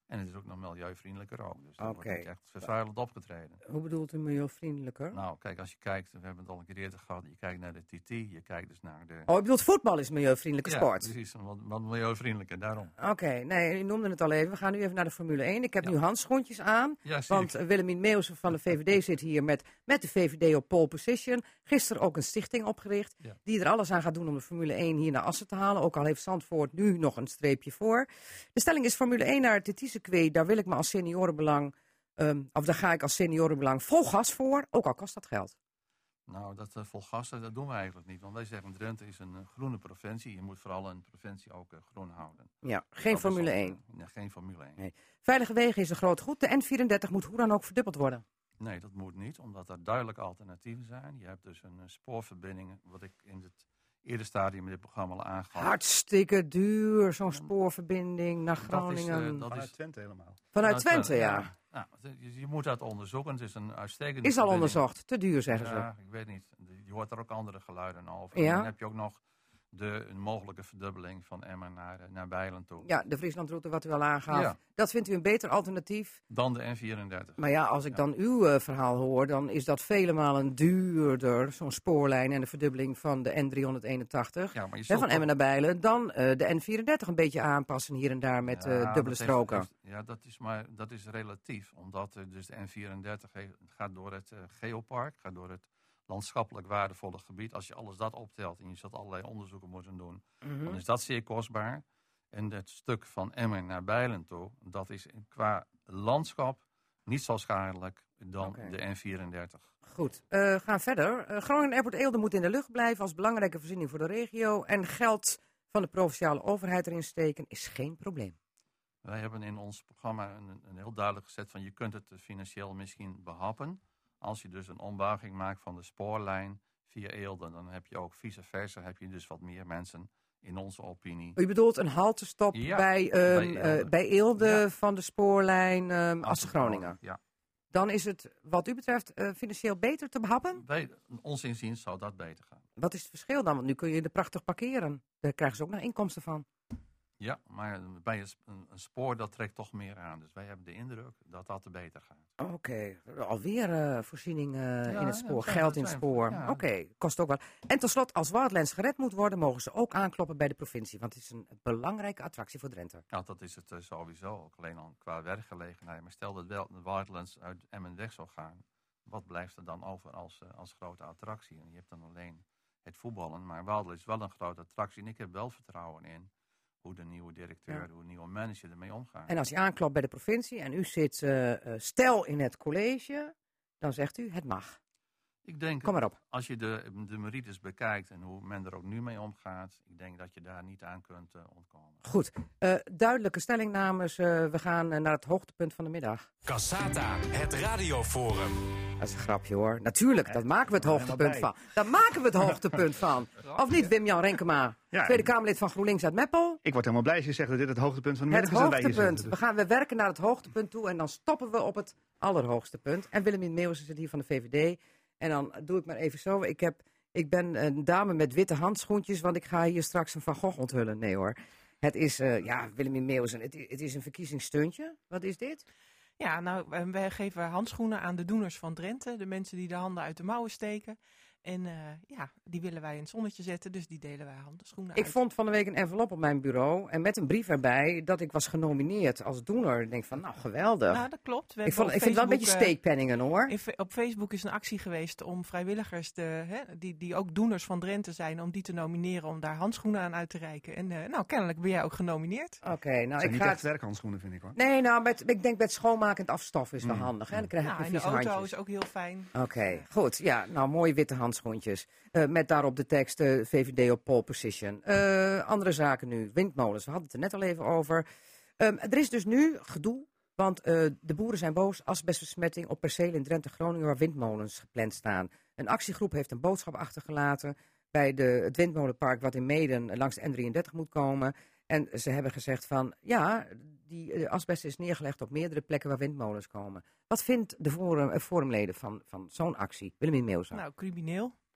En het is ook nog milieuvriendelijker ook. Dus dan Oké. wordt niet echt vervuilend opgetreden. Hoe bedoelt u milieuvriendelijker? Nou, kijk, als je kijkt, we hebben het al een keer eerder gehad. Je kijkt naar de T T, je kijkt dus naar de... Oh, u bedoelt voetbal is milieuvriendelijke ja, sport? precies. Wat, wat milieuvriendelijker, daarom. Oké, nee, u noemde het al even. We gaan nu even naar de Formule één. Ik heb Ja. nu handschoentjes aan. Ja, zie Want ik. uh, Willemien Meeuwsen van de V V D zit hier met, met de V V D op pole position. Gisteren ook een stichting opgericht. Ja. Die er alles aan gaat doen om de Formule één hier naar Assen te halen. Ook al heeft Zandvoort nu nog een streepje voor. De stelling is Formule één naar het T T-circuit. Daar wil ik me als seniorenbelang, um, of daar ga ik als seniorenbelang vol gas voor. Ook al kost dat geld. Nou, dat uh, vol gas, dat doen we eigenlijk niet. Want wij zeggen, Drenthe is een uh, groene provincie. Je moet vooral een provincie ook uh, groen houden. Ja, geen Dat is Formule ons, uh, één. nee, geen Formule één. Nee. Veilige wegen is een groot goed. De N vierendertig moet hoe dan ook verdubbeld worden. Nee, dat moet niet, omdat er duidelijk alternatieven zijn. Je hebt dus een uh, spoorverbinding, wat ik in het eerder stadium in dit programma al aangaf. Hartstikke duur, zo'n spoorverbinding naar Dat is, Groningen. uh, dat Vanuit is, Twente helemaal. Vanuit Twente, ja. Nou, je, je moet dat onderzoeken. Het is een uitstekende Is al verbinding. onderzocht. Te duur, zeggen ze. Ja, ik weet niet. Je hoort er ook andere geluiden over. Ja. En dan heb je ook nog de een mogelijke verdubbeling van Emmen naar, uh, naar Bijlen toe. Ja, de Frieslandroute wat u al aangaf. Ja. Dat vindt u een beter alternatief. Dan de N vierendertig. Maar ja, als ik Ja. dan uw uh, verhaal hoor, dan is dat vele malen duurder, zo'n spoorlijn en de verdubbeling van de N driehonderdeenentachtig. Ja, maar je Hè, zult van toch- Emmen naar Bijlen, dan uh, de N vierendertig een beetje aanpassen hier en daar met uh, Ja, dubbele dat heeft- stroken. heeft- ja, dat is, maar, dat is relatief. Omdat uh, dus de N vierendertig heeft- gaat door het uh, geopark, gaat door het landschappelijk waardevolle gebied. Als je alles dat optelt en je zult allerlei onderzoeken moeten doen, Mhm. dan is dat zeer kostbaar. En het stuk van Emmen naar Bijlen toe, dat is qua landschap niet zo schadelijk dan Oké. de N vierendertig. Goed, uh, gaan verder. Uh, Groningen Airport Eelde moet in de lucht blijven als belangrijke voorziening voor de regio. En geld van de provinciale overheid erin steken is geen probleem. Wij hebben in ons programma een, een heel duidelijk gezet van je kunt het financieel misschien behappen. Als je dus een ombuiging maakt van de spoorlijn via Eelde, dan heb je ook vice versa, heb je dus wat meer mensen in onze opinie. U bedoelt een haltestop Ja, bij, um, bij bij Eelde. Eelde, bij Eelde Ja. van de spoorlijn um, Assen-Groningen. Ja. Dan is het wat u betreft uh, financieel beter te behappen? Bij ons inziens zou dat beter gaan. Wat is het verschil dan? Want nu kun je er prachtig parkeren. Daar krijgen ze ook nog inkomsten van. Ja, maar bij een, een, een spoor dat trekt toch meer aan. Dus wij hebben de indruk dat dat er beter gaat. Oké, alweer uh, voorziening uh, Ja, in het spoor, dat zijn- geld dat in het zijn- spoor. ja. Oké, kost ook wel. En tot slot, als Wildlands gered moet worden, mogen ze ook aankloppen bij de provincie. Want het is een belangrijke attractie voor Drenthe. Ja, dat is het uh, sowieso, ook alleen al qua werkgelegenheid. Maar stel dat wel de Wildlands uit Emmen weg zou gaan, wat blijft er dan over als, uh, als grote attractie? En je hebt dan alleen het voetballen, maar Wildlands is wel een grote attractie. En ik heb wel vertrouwen in hoe de nieuwe directeur, Ja. hoe de nieuwe manager ermee omgaat. En als je aanklopt bij de provincie en u zit uh, uh, stel in het college, dan zegt u het mag. Ik denk, Kom maar op. als je de, de merites bekijkt en hoe men er ook nu mee omgaat, ik denk dat je daar niet aan kunt uh, ontkomen. Goed, uh, duidelijke stellingnames. Uh, we gaan uh, naar het hoogtepunt van de middag. Cassata, het radioforum. Dat is een grapje hoor. Natuurlijk, dat maken we het er hoogtepunt helemaal van. Daar maken we het hoogtepunt van. Of niet, Wim-Jan Renkema? Ja, Tweede Kamerlid van GroenLinks uit Meppel. Ik word helemaal blij als je zegt dat dit het hoogtepunt van de Het middag is. en wij hier hoogtepunt. zitten. We, gaan, we werken naar het hoogtepunt toe en dan stoppen we op het allerhoogste punt. En Willemien Meeuwsen zit hier van de V V D. En dan doe ik maar even zo. Ik, heb, ik ben een dame met witte handschoentjes, want ik ga hier straks een Van Gogh onthullen. Nee hoor. Het is, uh, ja, Willemien Meeuwsen, het, het is een verkiezingssteuntje. Wat is dit? Ja, nou, wij geven handschoenen aan de doeners van Drenthe. De mensen die de handen uit de mouwen steken. En uh, ja, die willen wij in het zonnetje zetten, dus die delen wij handschoenen Ik uit. vond van de week een envelop op mijn bureau en met een brief erbij dat ik was genomineerd als doener. Ik denk van, nou geweldig. Nou, dat klopt. We ik vond, hebben ik op vind het wel een beetje Facebook, uh, steekpenningen hoor. in fe- Op Facebook is een actie geweest om vrijwilligers, te, hè, die, die ook doeners van Drenthe zijn, om die te nomineren, om daar handschoenen aan uit te reiken. En uh, nou, kennelijk ben jij ook genomineerd. Oké, okay, nou Het zijn ik niet ga echt het... werkhandschoenen, vind ik hoor. Nee, nou, met, ik denk met schoonmakend afstoffen is wel Mm. handig. Hè? Dan krijg ik Nou, een in de vieze auto handjes. is ook heel fijn. Oké, okay, goed. Ja, nou, mooie witte handschoentjes. Uh, met daarop de tekst uh, V V D op pole position. Uh, andere zaken nu. Windmolens, we hadden het er net al even over. Um, er is dus nu gedoe, want uh, de boeren zijn boos. Asbestbesmetting op percelen in Drenthe-Groningen waar windmolens gepland staan. Een actiegroep heeft een boodschap achtergelaten bij de, het windmolenpark wat in Meeden langs de N drieëndertig moet komen. En ze hebben gezegd van, ja, die uh, asbest is neergelegd op meerdere plekken waar windmolens komen. Wat vindt de forum, uh, forumleden van, van zo'n actie? Willemien Meeuwsen. Nou, crimineel.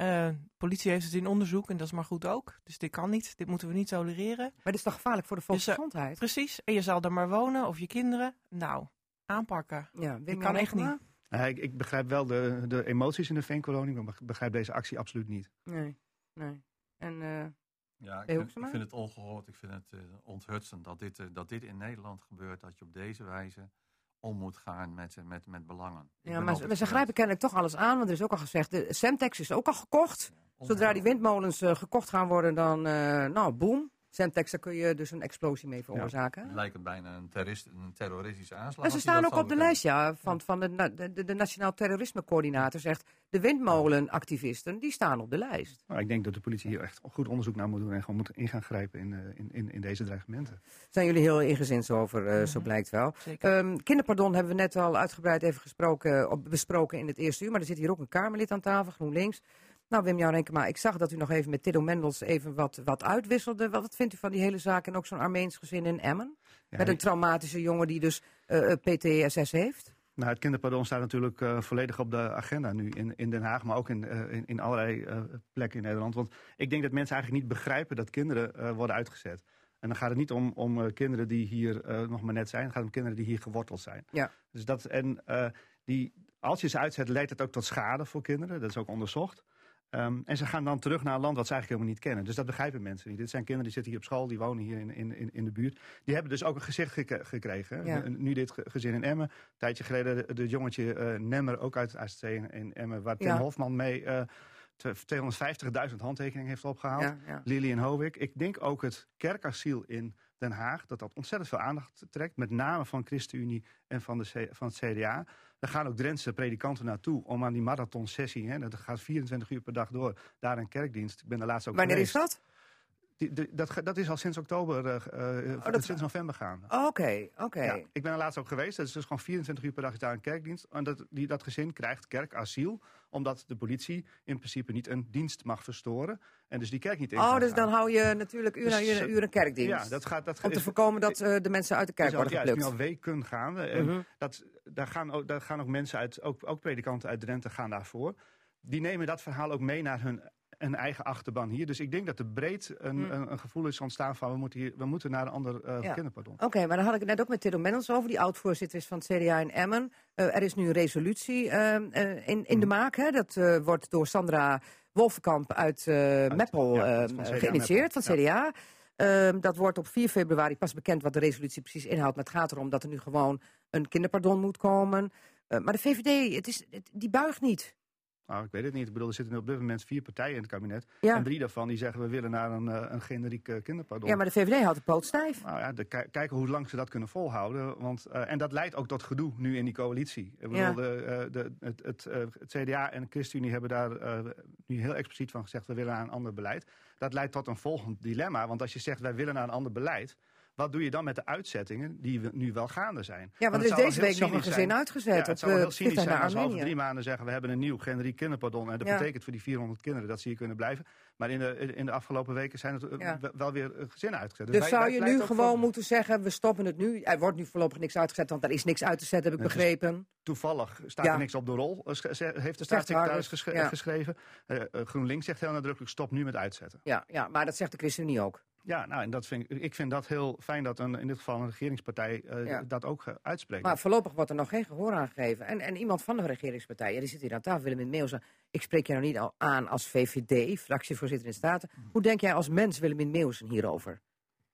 Uh, politie heeft het in onderzoek en dat is maar goed ook. Dus dit kan niet, dit moeten we niet tolereren. Maar dit is toch gevaarlijk voor de volksgezondheid? Dus, uh, precies, en je zal er maar wonen of je kinderen. Nou, aanpakken. Ja, dat kan echt niet. Uh, ik, ik begrijp wel de, de emoties in de Veenkolonie, maar ik begrijp deze actie absoluut niet. Nee, nee. En... Uh... Ja, ik vind, ik vind het ongehoord, ik vind het uh, onthutsend dat dit, uh, dat dit in Nederland gebeurt, dat je op deze wijze om moet gaan met, uh, met, met belangen. Ja, maar ze, ze grijpen kennelijk toch alles aan, want er is ook al gezegd, de Semtex is ook al gekocht. Ja, zodra die windmolens uh, gekocht gaan worden, dan, uh, nou, boom. Semtex, daar kun je dus een explosie mee veroorzaken. Ja, het lijkt bijna een, terrorist, een terroristische aanslag. En ze staan ook op de lijst, ja, van, van de, de, de, de Nationaal Terrorisme Coördinator zegt, de windmolenactivisten, die staan op de lijst. Nou, ik denk dat de politie hier echt goed onderzoek naar moet doen en gewoon moet in gaan grijpen in, uh, in, in, in deze dreigementen. Zijn jullie heel ingezins over, uh, mm-hmm. zo blijkt wel. Um, kinderpardon hebben we net al uitgebreid even gesproken, op, besproken in het eerste uur, maar er zit hier ook een Kamerlid aan tafel, GroenLinks. Nou, Wim Jan Renkema, ik zag dat u nog even met Tiddo Mendels even wat, wat uitwisselde. Wat, wat vindt u van die hele zaak en ook zo'n Armeens gezin in Emmen? Ja, met een traumatische jongen die dus uh, P T S S heeft? Nou, het kinderpardon staat natuurlijk uh, volledig op de agenda nu in, in Den Haag, maar ook in, uh, in, in allerlei uh, plekken in Nederland. Want ik denk dat mensen eigenlijk niet begrijpen dat kinderen uh, worden uitgezet. En dan gaat het niet om, om uh, kinderen die hier uh, nog maar net zijn, het gaat om kinderen die hier geworteld zijn. Ja. Dus dat, en uh, die, als je ze uitzet, leidt het ook tot schade voor kinderen, dat is ook onderzocht. Um, en ze gaan dan terug naar een land wat ze eigenlijk helemaal niet kennen. Dus dat begrijpen mensen niet. Dit zijn kinderen die zitten hier op school, die wonen hier in, in, in de buurt. Die hebben dus ook een gezicht gek- gekregen. Ja. Nu dit gezin in Emmen. Een tijdje geleden de, de jongetje uh, Nemmer, ook uit het A C C in, in Emmen, waar Tim ja. Hofman mee uh, tweehonderdvijftigduizend handtekeningen heeft opgehaald. Ja, ja. Lilian Hovik. Ik denk ook het kerkasiel in Den Haag, dat dat ontzettend veel aandacht trekt. Met name van ChristenUnie en van, de C- van het C D A. Er gaan ook Drentse predikanten naartoe om aan die marathonsessie, hè, dat gaat vierentwintig uur per dag door, daar een kerkdienst. Ik ben er laatst ook Wanneer geweest. is dat? Die, die, dat? Dat is al sinds oktober, uh, uh, oh, dat sinds november gaan. Oké, okay, oké. Okay. Ja, ik ben er laatst ook geweest. Dat is dus gewoon vierentwintig uur per dag is daar een kerkdienst. En dat, die, dat gezin krijgt kerkasiel, omdat de politie in principe niet een dienst mag verstoren. En dus die kerk niet in Oh, dus gaan. dan hou je natuurlijk uur na dus, uur, uur een kerkdienst. Ja, dat gaat, dat om te is, voorkomen dat uh, de mensen uit de kerk al, worden ja, geplukt. Ja, het is nu al weken gaande. En uh-huh. dat, daar, gaan ook, daar gaan ook mensen uit, ook, ook predikanten uit Drenthe gaan daarvoor. Die nemen dat verhaal ook mee naar hun een eigen achterban hier. Dus ik denk dat er breed een, hmm. een, een gevoel is ontstaan van we moeten, hier, we moeten naar een ander uh, ja. kinderpardon. Oké, okay, maar dan had ik het net ook met Tiddo Mendels over, die oud-voorzitter is van het C D A in Emmen. Uh, er is nu een resolutie uh, uh, in, in de maak. Hè? Dat uh, wordt door Sandra Wolfkamp uit, uh, uit Meppel ja, uh, geïnitieerd, van het C D A. Ja. Uh, dat wordt op vier februari pas bekend wat de resolutie precies inhoudt. Maar het gaat erom dat er nu gewoon een kinderpardon moet komen. Uh, maar de V V D, het is, het, die buigt niet. Nou, ik weet het niet. Ik bedoel, er zitten op dit moment vier partijen in het kabinet. Ja. En drie daarvan die zeggen we willen naar een, uh, een generiek uh, kinderpardon. Ja, maar de V V D houdt de poot stijf. Nou ja, de, k- kijken hoe lang ze dat kunnen volhouden. Want, uh, en dat leidt ook tot gedoe nu in die coalitie. Ik bedoel, ja. de, uh, de, het, het, uh, het C D A en de ChristenUnie hebben daar uh, nu heel expliciet van gezegd we willen naar een ander beleid. Dat leidt tot een volgend dilemma. Want als je zegt wij willen naar een ander beleid, wat doe je dan met de uitzettingen die we nu wel gaande zijn? Ja, want er is deze week nog een gezin zijn. uitgezet. Ja, het zou heel cynisch zijn als we Armenië. over drie maanden zeggen we hebben een nieuw generiek kinderpardon. En dat ja. betekent voor die vierhonderd kinderen dat ze hier kunnen blijven. Maar in de, in de afgelopen weken zijn er ja. wel weer gezinnen uitgezet. Dus, dus wij, zou wij je nu gewoon voor... moeten zeggen we stoppen het nu. Er wordt nu voorlopig niks uitgezet, want er is niks uit te zetten, heb ik nee, begrepen. Dus toevallig staat ja. er niks op de rol, heeft de staatssecretaris gesche- ja. geschreven. Uh, GroenLinks zegt heel nadrukkelijk stop nu met uitzetten. Ja, ja, maar dat zegt de ChristenUnie ook. Ja, nou, en dat vind ik, ik vind dat heel fijn dat een, in dit geval een regeringspartij uh, ja. dat ook uh, uitspreekt. Maar voorlopig wordt er nog geen gehoor aan gegeven. En, en iemand van de regeringspartij, ja, die zit hier aan tafel, Willem Meeuwsen. Ik spreek je nou niet al aan als V V D, fractievoorzitter in de Staten. Hoe denk jij als mens, Willem Meeuwsen, hierover?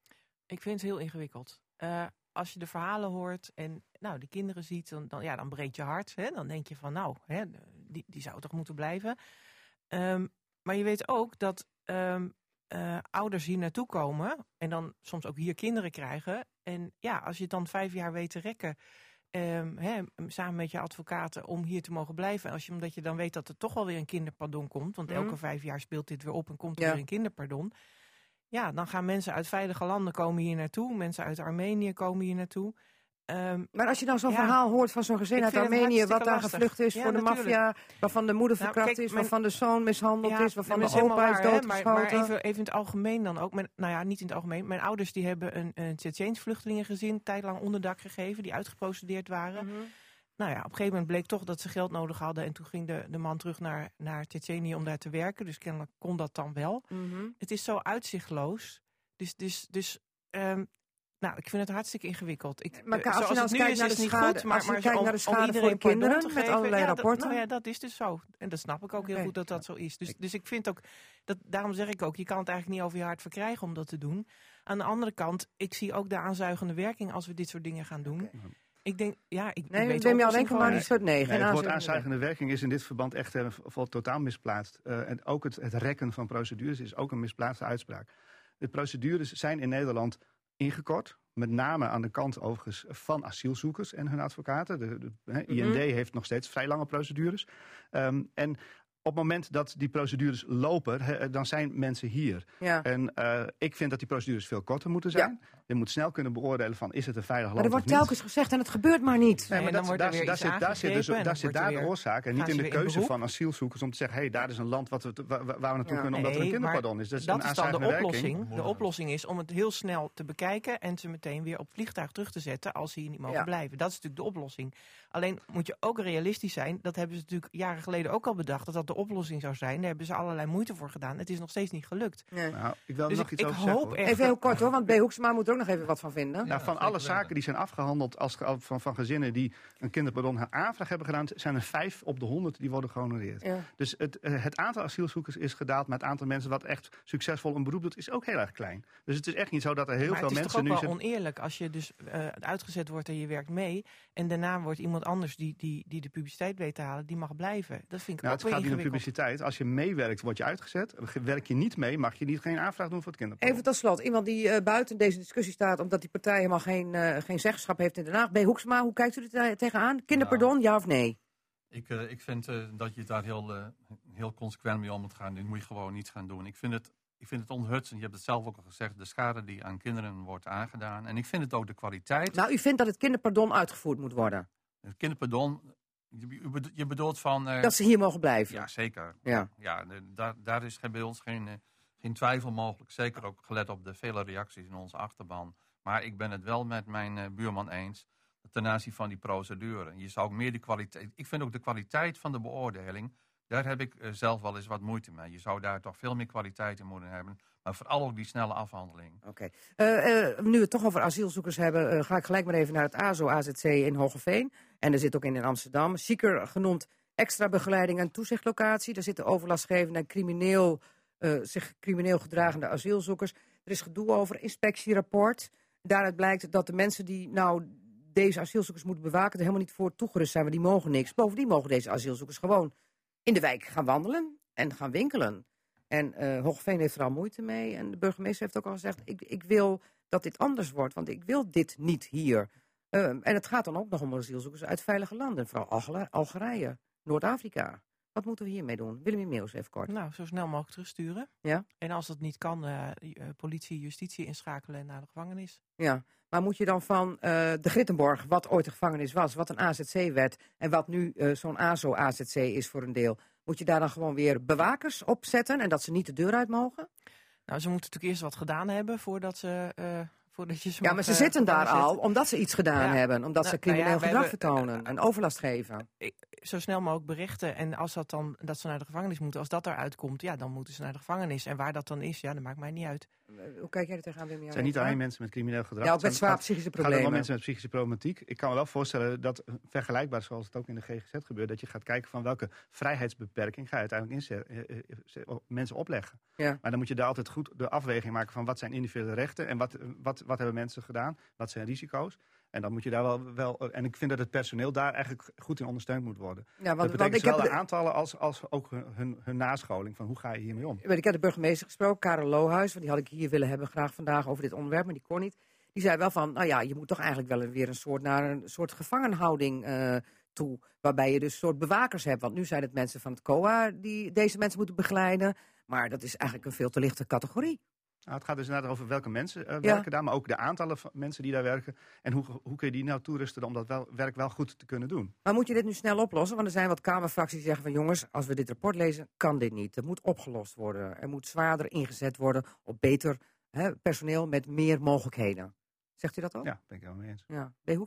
Ik vind het heel ingewikkeld. Uh, als je de verhalen hoort en nou, de kinderen ziet, dan, dan, ja, dan breekt je hart. Hè? Dan denk je van, nou, hè, die, die zou toch moeten blijven. Um, maar je weet ook dat Um, Uh, ouders hier naartoe komen en dan soms ook hier kinderen krijgen. En ja, als je het dan vijf jaar weet te rekken, um, hè, samen met je advocaten om hier te mogen blijven. Als je, omdat je dan weet dat er toch wel weer een kinderpardon komt. Want mm. elke vijf jaar speelt dit weer op en komt er ja. weer een kinderpardon. Ja, dan gaan mensen uit veilige landen komen hier naartoe. Mensen uit Armenië komen hier naartoe. Um, maar als je dan zo'n ja, verhaal hoort van zo'n gezin uit Armenië, wat daar lastig. gevlucht is ja, voor natuurlijk. de maffia, waarvan de moeder verkracht nou, kijk, is, waarvan mijn, de zoon mishandeld ja, is, waarvan de opa is doodgeschoten. Maar, maar even, even in het algemeen dan ook, mijn, nou ja, niet in het algemeen. Mijn ouders die hebben een, een Tsjetsjeens vluchtelingengezin tijdlang onderdak gegeven, die uitgeprocedeerd waren. Mm-hmm. nou ja, op een gegeven moment bleek toch dat ze geld nodig hadden. En toen ging de, de man terug naar, naar Tsjetsjenië om daar te werken. Dus kennelijk kon dat dan wel. Mm-hmm. Het is zo uitzichtloos. Dus, dus, dus um, nou, ik vind het hartstikke ingewikkeld. Ik, maar uh, als zoals je nou het nu kijkt is, naar is de het niet schade, goed. Maar, als je maar kijkt om, naar de schade om voor de pardon kinderen te met geven, allerlei ja, rapporten. Dat, nou ja, dat is dus zo. En dat snap ik ook heel Okay. goed dat dat zo is. Dus, dus ik vind ook, dat, daarom zeg ik ook, je kan het eigenlijk niet over je hart verkrijgen om dat te doen. Aan de andere kant, ik zie ook de aanzuigende werking als we dit soort dingen gaan doen. Okay. Ik denk, ja, ik, Nee, ik weet Wim, de jouw oplossing denken maar gewoon die soort nee, Nee, geen het woord aanzuigende aanzuigende werking is in dit verband echt uh, voor totaal misplaatst. Uh, en ook het, het rekken van procedures is ook een misplaatste uitspraak. De procedures zijn in Nederland ingekort. Met name aan de kant overigens van asielzoekers en hun advocaten. De, de, de I N D Mhm. heeft nog steeds vrij lange procedures. Um, en op het moment dat die procedures lopen, he, dan zijn mensen hier. Ja. En uh, ik vind dat die procedures veel korter moeten zijn. Ja. Je moet snel kunnen beoordelen van, is het een veilig Maar land er of wordt niet? telkens gezegd en het gebeurt maar niet. Nee, maar En dan dat, wordt er daar, weer daar, iets zit, daar zit, dus, aangegrepen en daar dan zit daar wordt de er weer- oorzaak. En gaan niet ze in de weer in keuze beroep. van asielzoekers om te zeggen, hé, hey, daar is een land wat we, waar, waar we naartoe Ja. kunnen omdat er een Nee, kinderpardon is. Dat is dat een is dan de aanzuigende oplossing. werking. De oplossing is om het heel snel te bekijken en ze meteen weer op het vliegtuig terug te zetten als ze hier niet mogen Ja. blijven. Dat is natuurlijk de oplossing. Alleen moet je ook realistisch zijn. Dat hebben ze natuurlijk jaren geleden ook al bedacht. Dat dat de oplossing zou zijn. Daar hebben ze allerlei moeite voor gedaan. Het is nog steeds niet gelukt. Nee. Nou, ik wil er Dus nog ik, iets ik over hoop zeggen. hoor. echt... Even heel kort hoor, want B. Hoeksma moet er ook nog even wat van vinden. Nou, van Ja, alle zeker zaken weten. die zijn afgehandeld als, ge- van, van gezinnen die een kinderpardon aanvraag hebben gedaan, zijn er vijf op de honderd die worden gehonoreerd. Ja. Dus het, eh, het aantal asielzoekers is gedaald, maar het aantal mensen wat echt succesvol een beroep doet, is ook heel erg klein. Dus het is echt niet zo dat er heel maar veel het is mensen toch nu ook wel zitten. oneerlijk als je dus uh, uitgezet wordt en je werkt mee. En daarna wordt iemand anders die, die, die de publiciteit weet te halen, die mag blijven. Dat vind ik Nou, ook het weer gaat niet om ingewikkeld. publiciteit. Als je meewerkt, word je uitgezet. Werk je niet mee, mag je niet geen aanvraag doen voor het kinderpardon. Even tot slot, iemand die uh, buiten deze discussie staat omdat die partij helemaal geen, uh, geen zeggenschap heeft in Den Haag. B. Hoeksma, hoe kijkt u er te- tegenaan? Kinderpardon, ja of nee? Ik, uh, ik vind uh, dat je daar heel, uh, heel consequent mee om moet gaan. Dit moet je gewoon niet gaan doen. Ik vind het, ik vind het onhutsend. Je hebt het zelf ook al gezegd. De schade die aan kinderen wordt aangedaan. En ik vind het ook de kwaliteit. Nou, u vindt dat het kinderpardon uitgevoerd moet worden? Het kinderpardon, je, bedo- je bedoelt van... Uh, Dat ze hier mogen blijven? Ja, zeker. Ja. Ja, de, daar, daar is bij ons geen, uh, geen twijfel mogelijk. Zeker ook gelet op de vele reacties in onze achterban. Maar ik ben het wel met mijn uh, buurman eens ten aanzien van die procedure. Je zou ook meer de kwaliteit... Ik vind ook de kwaliteit van de beoordeling, daar heb ik uh, zelf wel eens wat moeite mee. Je zou daar toch veel meer kwaliteit in moeten hebben. Maar vooral ook die snelle afhandeling. Oké. Okay. Uh, uh, nu we het toch over asielzoekers hebben, uh, ga ik gelijk maar even naar het A Z O A Z C in Hoogeveen. En er zit ook in in Amsterdam. Zieker genoemd extra begeleiding en toezichtlocatie. Daar zitten overlastgevende en crimineel, uh, zich crimineel gedragende asielzoekers. Er is gedoe over, inspectierapport. Daaruit blijkt dat de mensen die nou deze asielzoekers moeten bewaken er helemaal niet voor toegerust zijn, want die mogen niks. Bovendien mogen deze asielzoekers gewoon in de wijk gaan wandelen en gaan winkelen. En uh, Hoogeveen heeft er al moeite mee. En de burgemeester heeft ook al gezegd, ik, ik wil dat dit anders wordt, want ik wil dit niet hier. Uh, en het gaat dan ook nog om asielzoekers uit veilige landen, vooral Alger- Algerije, Noord-Afrika. Wat moeten we hiermee doen? Willem Meeuws even kort. Nou, zo snel mogelijk terugsturen. Ja? En als dat niet kan, uh, uh, politie, justitie inschakelen naar de gevangenis. Ja, maar moet je dan van uh, de Grittenborg, wat ooit de gevangenis was, wat een A Z C werd en wat nu uh, zo'n A Z O A Z C is voor een deel, moet je daar dan gewoon weer bewakers op zetten en dat ze niet de deur uit mogen? Nou, ze moeten natuurlijk eerst wat gedaan hebben voordat ze... Uh, voordat je ze ja, mag, maar ze uh, zitten daar zetten. al omdat ze iets gedaan Ja. hebben, omdat Nou, ze crimineel nou ja, gedrag hebben, vertonen uh, en overlast geven. Zo snel mogelijk berichten. En als dat dan dat ze naar de gevangenis moeten, als dat eruit komt, ja, dan moeten ze naar de gevangenis. En waar dat dan is, ja, dat maakt mij niet uit. Uh, hoe kijk jij er tegenaan, Wim? Het zijn niet alleen mensen met crimineel gedrag. Ja, ook met Het zwaar gaat- psychische Het gaat ook wel problemen. mensen met psychische problematiek. Ik kan me wel voorstellen dat, uh, vergelijkbaar zoals het ook in de G G Z gebeurt, dat je gaat kijken van welke vrijheidsbeperking ga je uiteindelijk inzet, uh, uh, uh, mensen opleggen. Ja. Maar dan moet je daar altijd goed de afweging maken van wat zijn individuele rechten en wat, uh, wat, wat hebben mensen gedaan, wat zijn risico's. En dan moet je daar wel, wel uh, en ik vind dat het personeel daar eigenlijk goed in ondersteund moet worden. Ja, want, dat betekent want ik zowel heb de aantallen als, als ook hun, hun, hun nascholing van hoe ga je hiermee om. Ik heb de burgemeester gesproken, Karel Lohuis, want die had ik hier willen hebben graag vandaag over dit onderwerp, maar die kon niet. Die zei wel van, nou ja, je moet toch eigenlijk wel weer een soort naar een soort gevangenhouding uh, toe, waarbij je dus een soort bewakers hebt. Want nu zijn het mensen van het C O A die deze mensen moeten begeleiden, maar dat is eigenlijk een veel te lichte categorie. Nou, het gaat dus inderdaad over welke mensen uh, Ja. werken daar, maar ook de aantallen van mensen die daar werken. En hoe, hoe kun je die nou toerusten om dat wel, werk wel goed te kunnen doen. Maar moet je dit nu snel oplossen? Want er zijn wat Kamerfracties die zeggen van jongens, als we dit rapport lezen, kan dit niet. Het moet opgelost worden. Er moet zwaarder ingezet worden op beter hè, personeel met meer mogelijkheden. Zegt u dat ook? Ja, ben ik het wel mee eens. Ja. B. Hoeksma?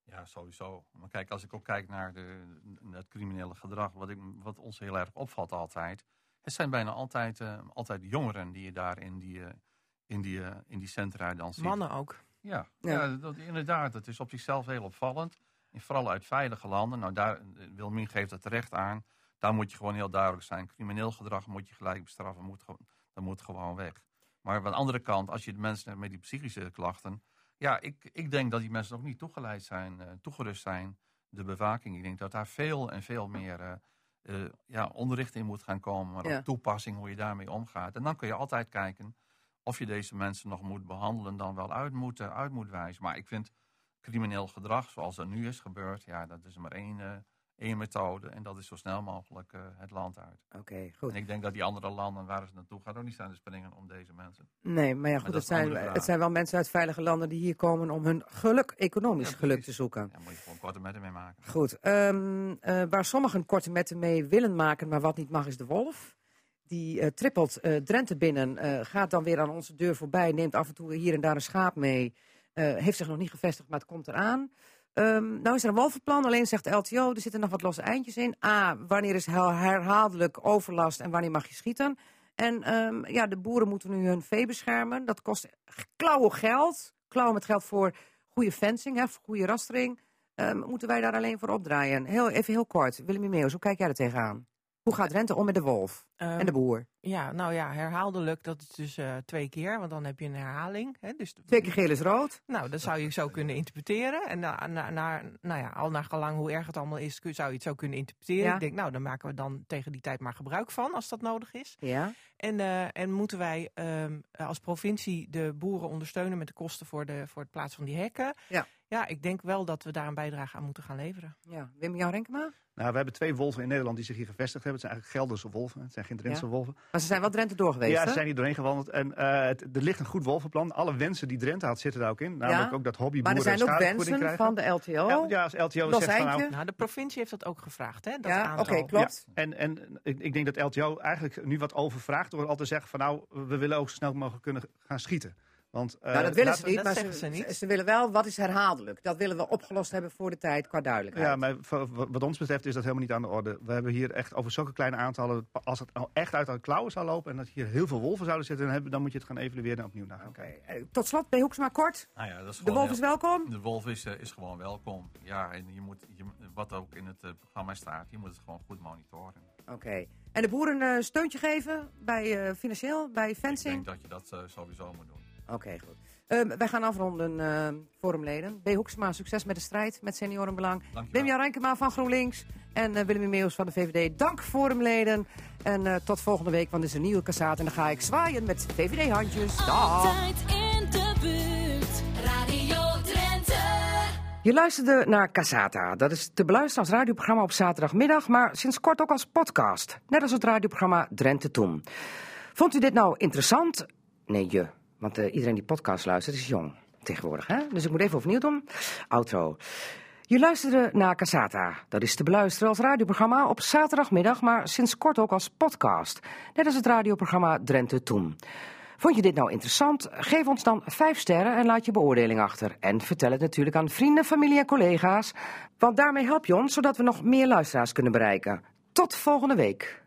Ja, sowieso. Maar kijk, als ik ook kijk naar, de, naar het criminele gedrag, wat, ik, wat ons heel erg opvalt altijd. Het zijn bijna altijd, uh, altijd jongeren die je daar in die, uh, in die, uh, in die centra dan ziet. Mannen ook. Ja, Ja. ja dat, inderdaad. Dat is op zichzelf heel opvallend. En vooral uit veilige landen. Nou, daar, Wilmien geeft het terecht aan. Daar moet je gewoon heel duidelijk zijn. Crimineel gedrag moet je gelijk bestraffen. Moet, dat moet gewoon weg. Maar aan de andere kant, als je de mensen hebt met die psychische klachten. Ja, ik, ik denk dat die mensen nog niet toegeleid zijn, uh, toegerust zijn. De bewaking. Ik denk dat daar veel en veel meer uh, uh, ja, onderricht in moet gaan komen. Maar Ja. ook toepassing, hoe je daarmee omgaat. En dan kun je altijd kijken of je deze mensen nog moet behandelen, dan wel uit moet, uh, uit moet wijzen. Maar ik vind crimineel gedrag, zoals dat nu is gebeurd, ja, dat is maar één, uh, één methode. En dat is zo snel mogelijk uh, het land uit. Oké, okay, goed. En ik denk dat die andere landen waar ze naartoe gaan ook niet staan te springen om deze mensen. Nee, maar ja, goed, dat het, is een andere zijn, vraag. het zijn wel mensen uit veilige landen die hier komen om hun geluk, economisch Ja, geluk precies. te zoeken. Ja, moet je gewoon korte metten mee maken. Goed, um, uh, waar sommigen korte metten mee willen maken, maar wat niet mag is de wolf. Die uh, trippelt uh, Drenthe binnen, uh, gaat dan weer aan onze deur voorbij, neemt af en toe hier en daar een schaap mee. Uh, heeft zich nog niet gevestigd, maar het komt eraan. Um, nou is er een wolvenplan, alleen zegt de L T O, er zitten nog wat losse eindjes in. A, wanneer is her- herhaaldelijk overlast en wanneer mag je schieten? En um, ja, de boeren moeten nu hun vee beschermen. Dat kost klauwen geld. Klauwen met geld voor goede fencing, hè, voor goede rastering. Um, moeten wij daar alleen voor opdraaien? Heel, even heel kort, Willem Meeuws, hoe kijk jij er tegenaan? Hoe gaat Drenthe om met de wolf Um, en de boer? Ja, nou ja, herhaaldelijk, dat is dus uh, twee keer, want dan heb je een herhaling. Hè, dus Twee keer geel is rood. Nou, dat zou je zo kunnen interpreteren. En na, na, na, nou ja, al naar gelang hoe erg het allemaal is, kun, zou je het zo kunnen interpreteren. Ja. Ik denk, nou, dan maken we dan tegen die tijd maar gebruik van, als dat nodig is. Ja. En, uh, en moeten wij um, als provincie de boeren ondersteunen met de kosten voor, de, voor het plaatsen van die hekken? Ja. Ja, ik denk wel dat we daar een bijdrage aan moeten gaan leveren. Ja. Wim Jan Renkema? Nou, we hebben twee wolven in Nederland die zich hier gevestigd hebben. Het zijn eigenlijk Gelderse wolven, het zijn geen Drentse Ja. wolven. Maar ze zijn wel Drenthe door geweest, Ja, hè? ze zijn hier doorheen gewandeld. En uh, het, er ligt een goed wolvenplan. Alle wensen die Drenthe had zitten daar ook in. Namelijk Ja. ook dat Maar hobbyboeren er zijn ook schadevergoeding wensen krijgen. van de L T O. Ja, ja, als L T O Los zegt van nou, eindje. Nou, de provincie heeft dat ook gevraagd, hè? Dat Ja, oké, aantal. klopt. Ja, en, en ik, ik denk dat L T O eigenlijk nu wat overvraagt door al te zeggen van nou, we willen ook zo snel mogelijk kunnen gaan schieten. Want, uh, Nou, dat willen laten ze we- niet, dat maar zeggen ze, ze niet. ze, ze willen wel, wat is herhaaldelijk? Dat willen we opgelost hebben voor de tijd, qua duidelijkheid. Ja, maar voor- voor- wat ons betreft is dat helemaal niet aan de orde. We hebben hier echt over zulke kleine aantallen. Als het nou echt uit de klauwen zou lopen en dat hier heel veel wolven zouden zitten, dan, hebben, dan moet je het gaan evalueren en opnieuw naar gaan Oké, kijken. eh, tot slot, B. Hoeksma, kort. Nou ja, dat is De gewoon wolf heel- is welkom. De wolf is, uh, is gewoon welkom. Ja, en je moet, je, wat ook in het uh, programma staat, je moet het gewoon goed monitoren. Oké. En de boeren een steuntje geven, bij uh, financieel, bij Ik fencing? denk dat je dat uh, sowieso moet doen. Oké, goed. Uh, wij gaan afronden, uh, forumleden. B. Hoeksma, succes met de strijd, met Seniorenbelang. Dankjewel. Wim Jan Renkema van GroenLinks en uh, Willem Meeuws van de V V D. Dank forumleden. En uh, tot volgende week, want er is een nieuwe Cassata. En dan ga ik zwaaien met V V D-handjes. Dag! Altijd in de buurt. Radio Drenthe. Je luisterde naar Cassata. Dat is te beluisteren als radioprogramma op zaterdagmiddag, maar sinds kort ook als podcast. Net als het radioprogramma Drenthe Toen. Vond u dit nou interessant? Nee, je. Want uh, iedereen die podcast luistert is jong tegenwoordig, hè? Dus ik moet even overnieuw doen. Outro. Je luisterde naar Cassata. Dat is te beluisteren als radioprogramma op zaterdagmiddag, maar sinds kort ook als podcast. Net als het radioprogramma Drenthe Toen. Vond je dit nou interessant? Geef ons dan vijf sterren en laat je beoordeling achter. En vertel het natuurlijk aan vrienden, familie en collega's. Want daarmee help je ons, zodat we nog meer luisteraars kunnen bereiken. Tot volgende week.